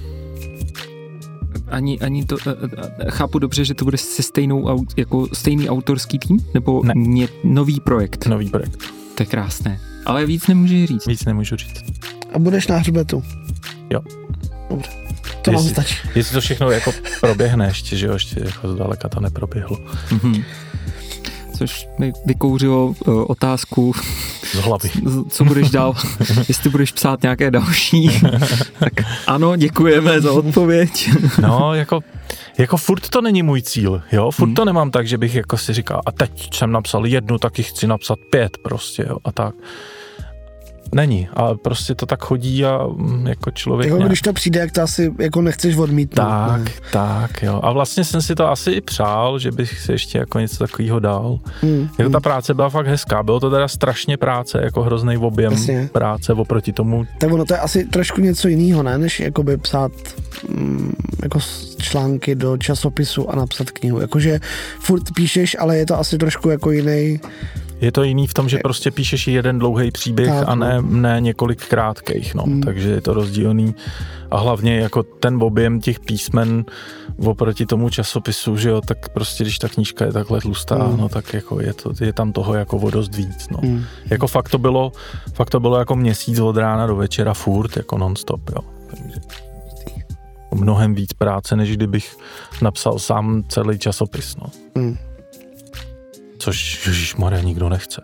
Ani, ani to, chápu dobře, že to bude se stejnou, jako stejný autorský tým? Nebo ne. Mě, nový projekt? Nový projekt. To je krásné. Ale víc nemůžeš říct. Víc nemůžu říct. A budeš na hřbetu? Jo. Dobře. To jestli, nám stačí. Jestli to všechno jako proběhne ještě, že jo, ještě jako zdaleka to neproběhlo. Mhm. Což mi vykouřilo uh, otázku z hlavy. Co budeš dál, jestli budeš psát nějaké další. Tak ano, děkujeme za odpověď. No, jako, jako furt to není můj cíl, jo, furt hmm. to nemám tak, že bych jako si říkal, a teď jsem napsal jednu, taky chci napsat pět prostě, jo, a tak. Není, ale prostě to tak chodí a jako člověk... Jako když to přijde, jak to asi jako nechceš odmítnout. Tak, ne? tak, jo. A vlastně jsem si to asi i přál, že bych si ještě jako něco takového dal. Hmm, jako hmm. ta práce byla fakt hezká, bylo to teda strašně práce, jako hrozný objem Jasně. práce oproti tomu. Tak ono to je asi trošku něco jiného, ne, než jakoby psát mm, jako články do časopisu a napsat knihu. Jakože furt píšeš, ale je to asi trošku jako jiný. Je to jiný v tom, že prostě píšeš jeden dlouhý příběh tak, a ne, ne několik krátkých, no. Hmm. Takže je to rozdílný. A hlavně jako ten objem těch písmen oproti tomu časopisu, že jo, tak prostě když ta knížka je takhle tlustá, hmm. no tak jako je, to, je tam toho jako o dost víc, no. Hmm. Jako fakt to bylo, fakt to bylo jako měsíc od rána do večera furt, jako non-stop, jo. Takže mnohem víc práce, než kdybych napsal sám celý časopis, no. Hmm. Což, ježišmarja, nikdo nechce.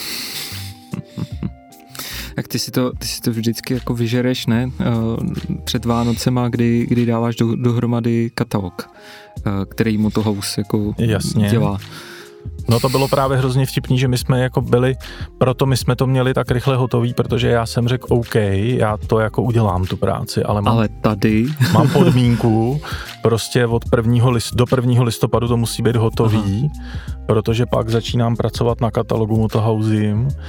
Tak ty si to, ty si to vždycky jako vyžereš, ne? Před Vánocema, kdy, kdy dáváš do, dohromady katalog, který Motohouse jako Jasně. dělá. No to bylo právě hrozně vtipný, že my jsme jako byli, proto my jsme to měli tak rychle hotový, protože já jsem řekl OK, já to jako udělám tu práci, ale mám, ale tady mám podmínku, prostě od prvního list, do prvního listopadu to musí být hotový, Aha. protože pak začínám pracovat na katalogu Motohousem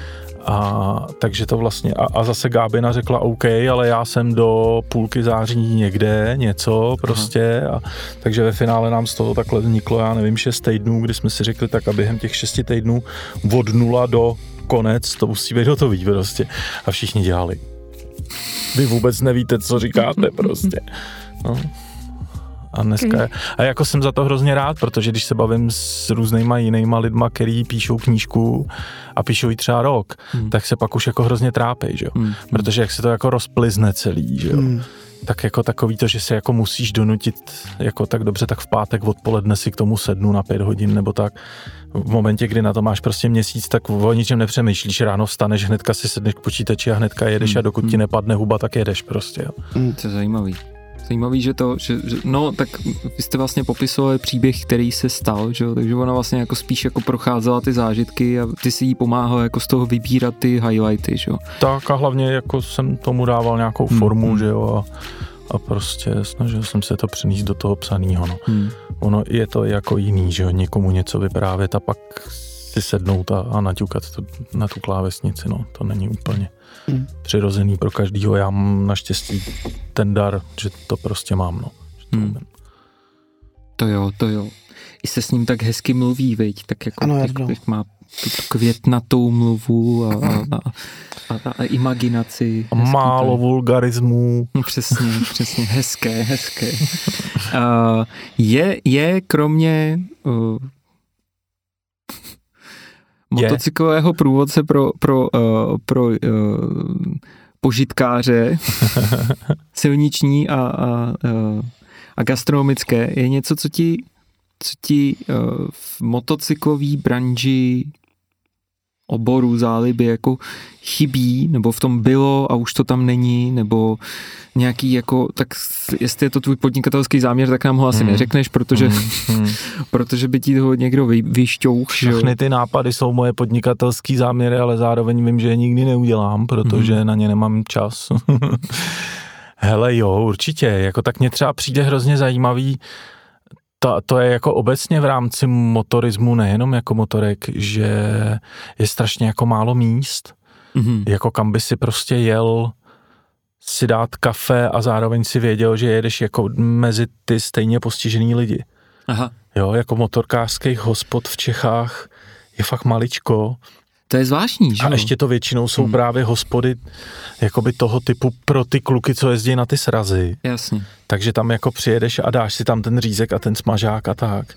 A takže to vlastně, a, a zase Gábina řekla OK, ale já jsem do půlky září někde, něco prostě, a takže ve finále nám z toho takhle vzniklo, já nevím, šest týdnů, kdy jsme si řekli tak a během těch šesti týdnů od nula do konec, to musí být hotový prostě. A všichni dělali. Vy vůbec nevíte, co říkáte prostě. No. A dneska je, a jako jsem za to hrozně rád, protože když se bavím s různýma jinýma lidma, který píšou knížku a píšou ji třeba rok, hmm. tak se pak už jako hrozně trápej, že jo. Hmm. Protože jak se to jako rozplizne celý, že jo. Hmm. Tak jako takový to, že se jako musíš donutit jako tak dobře, tak v pátek odpoledne si k tomu sednu na pět hodin nebo tak. V momentě, kdy na to máš prostě měsíc, tak o ničem nepřemýšlíš, ráno vstaneš, hnedka si sedneš k počítači a hnedka jedeš hmm. a dokud ti nepadne huba, tak jedeš prostě. Jo. Hmm, to je zajímavý. Zajímavý, že to, že, že, no tak vy jste vlastně popisovali příběh, který se stal, že? Takže ona vlastně jako spíš jako procházela ty zážitky a ty si jí pomáhal jako z toho vybírat ty highlighty, že? Tak a hlavně jako jsem tomu dával nějakou hmm. formu, že jo, a, a prostě snažil jsem se to přenést do toho psanýho, no. Hmm. Ono je to jako jiný, že jo, někomu něco vyprávět a pak si sednout a, a naťukat to na tu klávesnici, no, to není úplně hmm. přirozený pro každýho. Já mám naštěstí ten dar, že to prostě mám, no. To, hmm. to jo, to jo. I se s ním tak hezky mluví, viď? Tak jako ano, jak, jak má tu, tu květnatou mluvu a, a, a, a, a imaginaci. Málo vulgarismů. No, přesně, přesně. Hezké, hezké. uh, je, je kromě uh, motocyklového průvodce pro, pro, uh, pro uh, požitkáře, silniční a, a, uh, a gastronomické, je něco, co ti, co ti uh, v motocyklové branži oboru, záliby jako chybí, nebo v tom bylo a už to tam není, nebo nějaký jako, tak jestli je to tvůj podnikatelský záměr, tak nám ho asi hmm. neřekneš, protože, hmm. protože by ti ho někdo vy, vyšťouch. Všechny ty nápady jsou moje podnikatelský záměry, ale zároveň vím, že je nikdy neudělám, protože hmm. na ně nemám čas. Hele jo, určitě, jako tak mě třeba přijde hrozně zajímavý, To, to je jako obecně v rámci motorismu, nejenom jako motorek, že je strašně jako málo míst, mm-hmm. jako kam by si prostě jel si dát kafe a zároveň si věděl, že jedeš jako mezi ty stejně postižený lidi. Aha. Jo, jako motorkářských hospod v Čechách je fakt maličko. To je zvláštní, že? A ještě to většinou jsou hmm. právě hospody jakoby toho typu pro ty kluky, co jezdí na ty srazy. Jasně. Takže tam jako přijedeš a dáš si tam ten řízek a ten smažák a tak.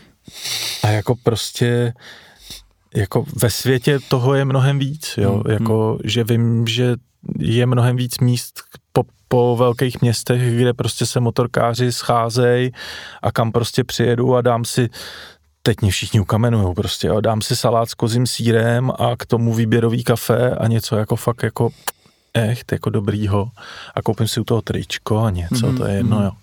A jako prostě jako ve světě toho je mnohem víc, jo. Hmm. Jako, že vím, že je mnohem víc míst po, po velkých městech, kde prostě se motorkáři scházejí a kam prostě přijedu a dám si teď mě všichni ukamenujou prostě, jo. Dám si salát s kozím sýrem a k tomu výběrový kafe a něco jako fakt jako echt, jako dobrýho a koupím si u toho tričko a něco, mm-hmm. to je jedno, jo.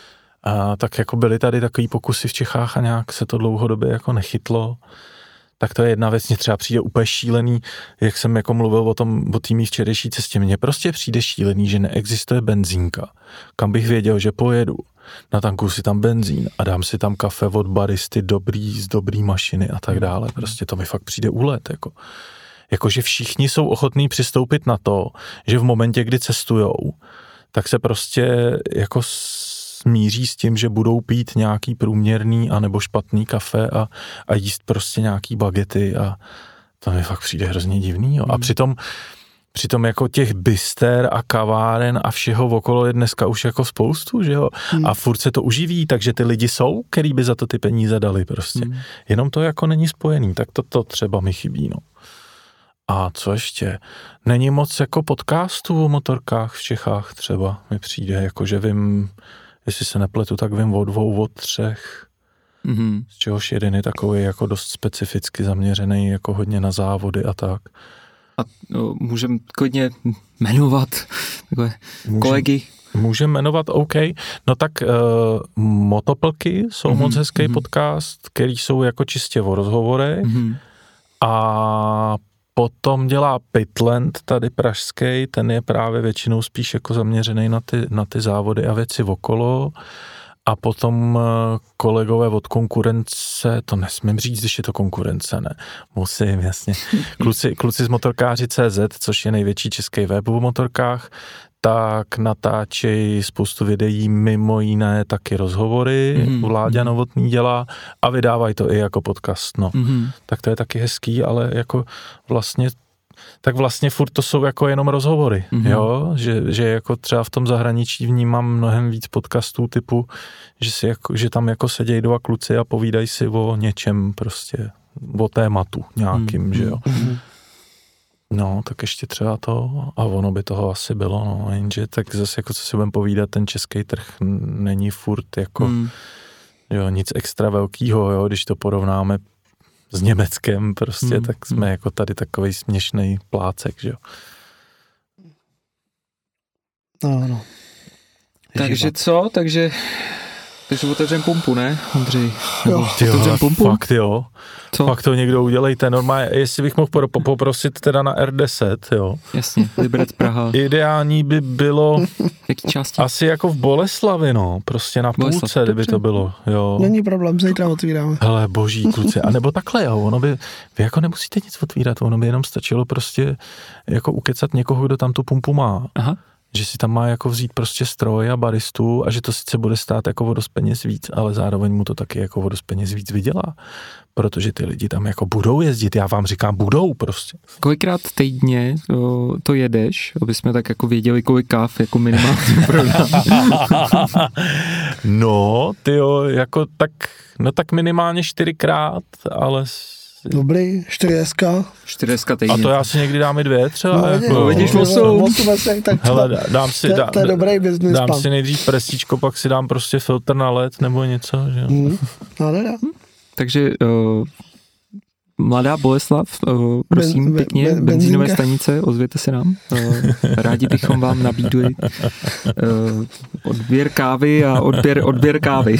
A tak jako byly tady takový pokusy v Čechách a nějak se to dlouhodobě jako nechytlo. Tak to je jedna věc, mě třeba přijde úplně šílený, jak jsem jako mluvil o tom, o té mý včerejší cestě, mně prostě přijde šílený, že neexistuje benzínka, kam bych věděl, že pojedu. Natankuju si tam benzín a dám si tam kafe od baristy dobrý, z dobrý mašiny a tak dále. Prostě to mi fakt přijde úlet, jako. Jakože všichni jsou ochotní přistoupit na to, že v momentě, kdy cestujou, tak se prostě jako smíří s tím, že budou pít nějaký průměrný anebo špatný kafe a, a jíst prostě nějaký bagety a to mi fakt přijde hrozně divný, jo. A přitom Přitom jako těch byster a kaváren a všeho okolo je dneska už jako spoustu, že jo? Hmm. A furt se to uživí, takže ty lidi jsou, který by za to ty peníze dali prostě. Hmm. Jenom to jako není spojený, tak to, to třeba mi chybí, no. A co ještě? Není moc jako podcastů o motorkách v Čechách třeba, mi přijde, jako že vím, jestli se nepletu, tak vím o dvou, o třech, hmm. z čehož jeden je takový jako dost specificky zaměřený, jako hodně na závody a tak. A no, můžeme klidně jmenovat takové můžem, kolegy. Můžeme jmenovat, OK. No tak uh, Motoplky jsou mm-hmm, moc hezký mm-hmm. podcast, který jsou jako čistě o rozhovorech. Mm-hmm. A potom dělá Pitland, tady pražský, ten je právě většinou spíš jako zaměřený na ty, na ty závody a věci okolo. A potom kolegové od konkurence, to nesmím říct, když je to konkurence, ne? Musím, jasně. Kluci, kluci z motorkáři tečka cé zet, což je největší český web o motorkách, tak natáčejí spoustu videí, mimo jiné taky rozhovory, mm-hmm. Vláďa Novotný dělá a vydávají to i jako podcast, no. Mm-hmm. Tak to je taky hezký, ale jako vlastně tak vlastně furt to jsou jako jenom rozhovory, mm-hmm. jo, že, že jako třeba v tom zahraničí vnímám mnohem víc podcastů typu, že, si jako, že tam jako sedějí dva kluci a povídají si o něčem prostě, o tématu nějakým, mm-hmm. že jo. Mm-hmm. No, tak ještě třeba to, a ono by toho asi bylo, no, jenže tak zase jako co si budeme povídat, ten český trh není furt jako, mm. jo, nic extra velkýho, jo, když to porovnáme s Německem prostě, mm. tak jsme jako tady takovej směšnej plácek, že jo. No, no. Takže co? Takže, takže otevřem pumpu, ne, Ondřej? Jo. Otevřem pumpu? Fakt jo. Co? Fakt to někdo udělejte. Normálně, jestli bych mohl poprosit teda na R deset, jo. Jasně, Liberec Praha. Ideální by bylo jaký části? Asi jako v Boleslavi, no. Prostě na Boleslav, půlce, kdyby to bylo, jo. Není problém, zítra otvíráme. Hele, boží kluci. A nebo takhle, jo. Ono by, vy jako nemusíte nic otvírat, ono by jenom stačilo prostě jako ukecat někoho, kdo tam tu pumpu má. Aha. Že si tam má jako vzít prostě stroj a baristu a že to sice bude stát jako o dost peněz víc, ale zároveň mu to taky jako o dost peněz víc vydělá, protože ty lidi tam jako budou jezdit, já vám říkám, budou prostě. Kolikrát týdně to, to jedeš, aby jsme tak jako věděli, kolik káv jako minimálně prodám? No, tyjo, jako tak, no tak minimálně čtyřikrát, ale dobrý, čtyři deska. čtyři deska týdně. A to já si někdy dám i dvě třeba. No, jako, no, vidíš osm. Hele, dám si, to, dá, to je dobrý business dám plan. si nejdřív prestíčko, pak si dám prostě filtr na led nebo něco. Že? Mm, no, ne, ne. Takže uh, Mladá Boleslav, uh, prosím ben, pěkně, ben, benzínové stanice, ozvěte se nám. Uh, rádi bychom vám nabídli uh, odběr kávy a odběr, odběr kávy.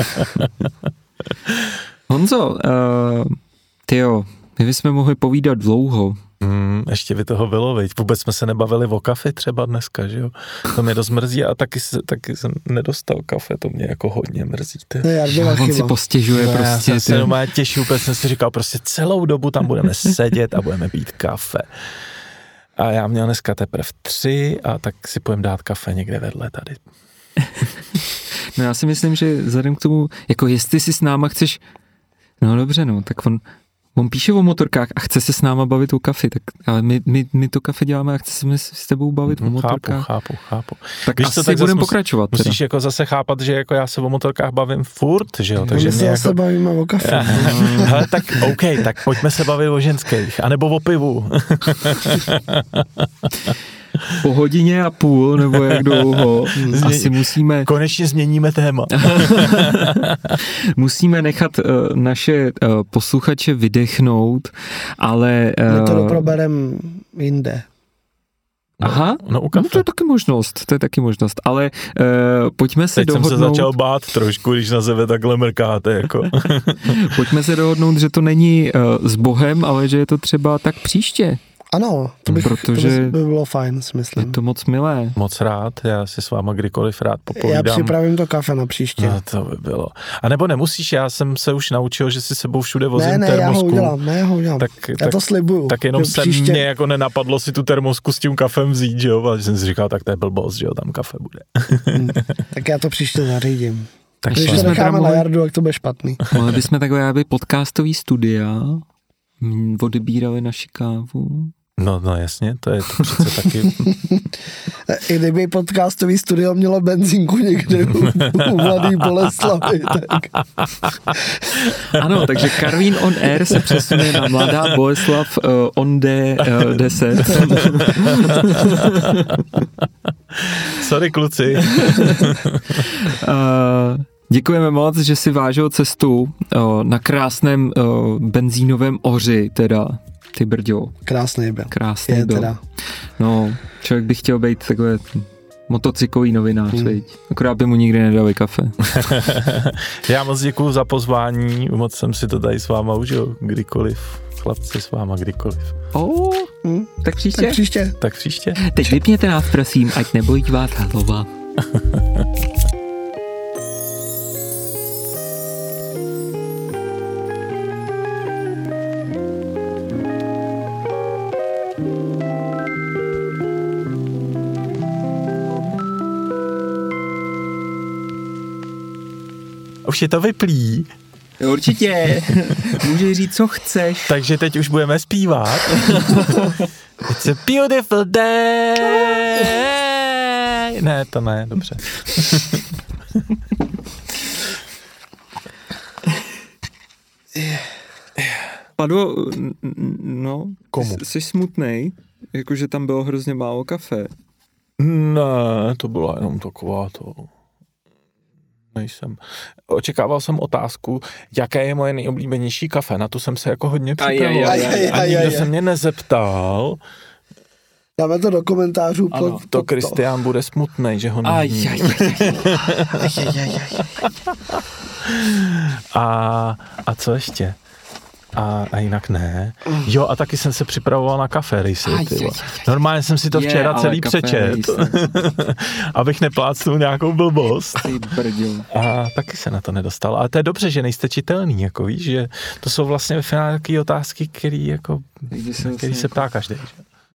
Honzo, uh, tyjo, my bychom mohli povídat dlouho. Mm, ještě by toho bylo, viď. Vůbec jsme se nebavili o kafe třeba dneska, že jo. To mě dost mrzí a taky, taky jsem nedostal kafe, to mě jako hodně mrzí. Ne, já on chyba. Si postěžuje no, prostě. Já jsem se doma těšil, úplně jsem si říkal, prostě celou dobu tam budeme sedět a budeme pít kafe. A já měl dneska teprve tři a tak si půjdem dát kafe někde vedle tady. No já si myslím, že vzhledem k tomu, jako jestli si s náma chceš, no dobře, no, tak on, on píše o motorkách a chce se s náma bavit o kafi, tak ale my, my, my to kafe děláme a chce se s tebou bavit mm, o motorkách. Chápu, chápu, chápu. Tak víš, asi budeme pokračovat. Musíš teda. Jako zase chápat, že jako já se o motorkách bavím furt, že jo, takže my se jako... zase bavíme o kafe. Hele, tak OK, tak pojďme se bavit o ženských, anebo o pivu. Po hodině a půl, nebo jak dlouho, asi musíme... Konečně změníme téma. Musíme nechat uh, naše uh, posluchače vydechnout, ale... Uh, My to doproberem jinde. Aha, no, no to je taky možnost, to je taky možnost, ale uh, pojďme se Teď dohodnout... Teď jsem se začal bát trošku, když na sebe takhle mrkáte, jako. Pojďme se dohodnout, že to není uh, s Bohem, ale že je to třeba tak příště. Ano, to, bych, protože to by bylo fajn, si myslím. Je to moc milé. Moc rád, já si s váma kdykoliv rád popovídám. Já připravím to kafe na příště. No, to by bylo. A nebo nemusíš, já jsem se už naučil, že si sebou všude vozím ne, ne, termosku. Ne, ne, já ho udělám, ne, já ho udělám. Tak, já tak, to slibuju. Tak jenom se příště... mě jako nenapadlo si tu termosku s tím kafem vzít, že jo, a jsem si říkal, tak to je blbost, že jo, tam kafe bude. hmm, tak já to příště zařídím. Tak když to necháme mohli... na jardu, tak to bude špatný. Mohli bychom takové, aby podcastový studia odebírali naši kávu. No, no jasně, to je to přece taky. I kdyby podcastový studio mělo benzínku někde u, u Mladý Boleslavy, tak... Ano, takže Karvín on Air se přesune na Mladá Boleslav uh, on D deset. Sorry, kluci. uh, děkujeme moc, že si vážil cestu uh, na krásném uh, benzínovém oři, teda. Ty brďo. Krásný byl. Krásný je byl. Teda. No, člověk by chtěl být takové motocyklový novinář, hmm. Akorát by mu nikdy nedali kafe. Já moc děkuju za pozvání, moc jsem si to tady s váma užil, kdykoliv. Chlapci, s váma kdykoliv. Oh, hmm. tak příště? Tak příště. Tak příště. Teď vypněte nás, prosím, ať nebojí vás hlava. Už je to vyplý. Určitě. Můžeš říct, co chceš. Takže teď už budeme zpívat. It's a beautiful day. Ne, to ne, dobře. Pado, no, komu? Jsi smutnej, jakože tam bylo hrozně málo kafe. Ne, to byla jenom taková to... Nejsem. Očekával jsem otázku, jaké je moje nejoblíbenější kafe. Na to jsem se jako hodně připravoval. A nikdo se mě nezeptal. Dáme to do komentářů. Ano, pod, to Kristián bude smutnej, že ho není. A, a co ještě? A, a jinak ne. Jo, a taky jsem se připravoval na kafe rejsy. Normálně jsem si to včera je, celý přečet, abych neplácnul nějakou blbost. A taky se na to nedostal. Ale to je dobře, že nejste čitelný, jako víš, že to jsou vlastně ve finále takové otázky, který, jako, který se ptá každý.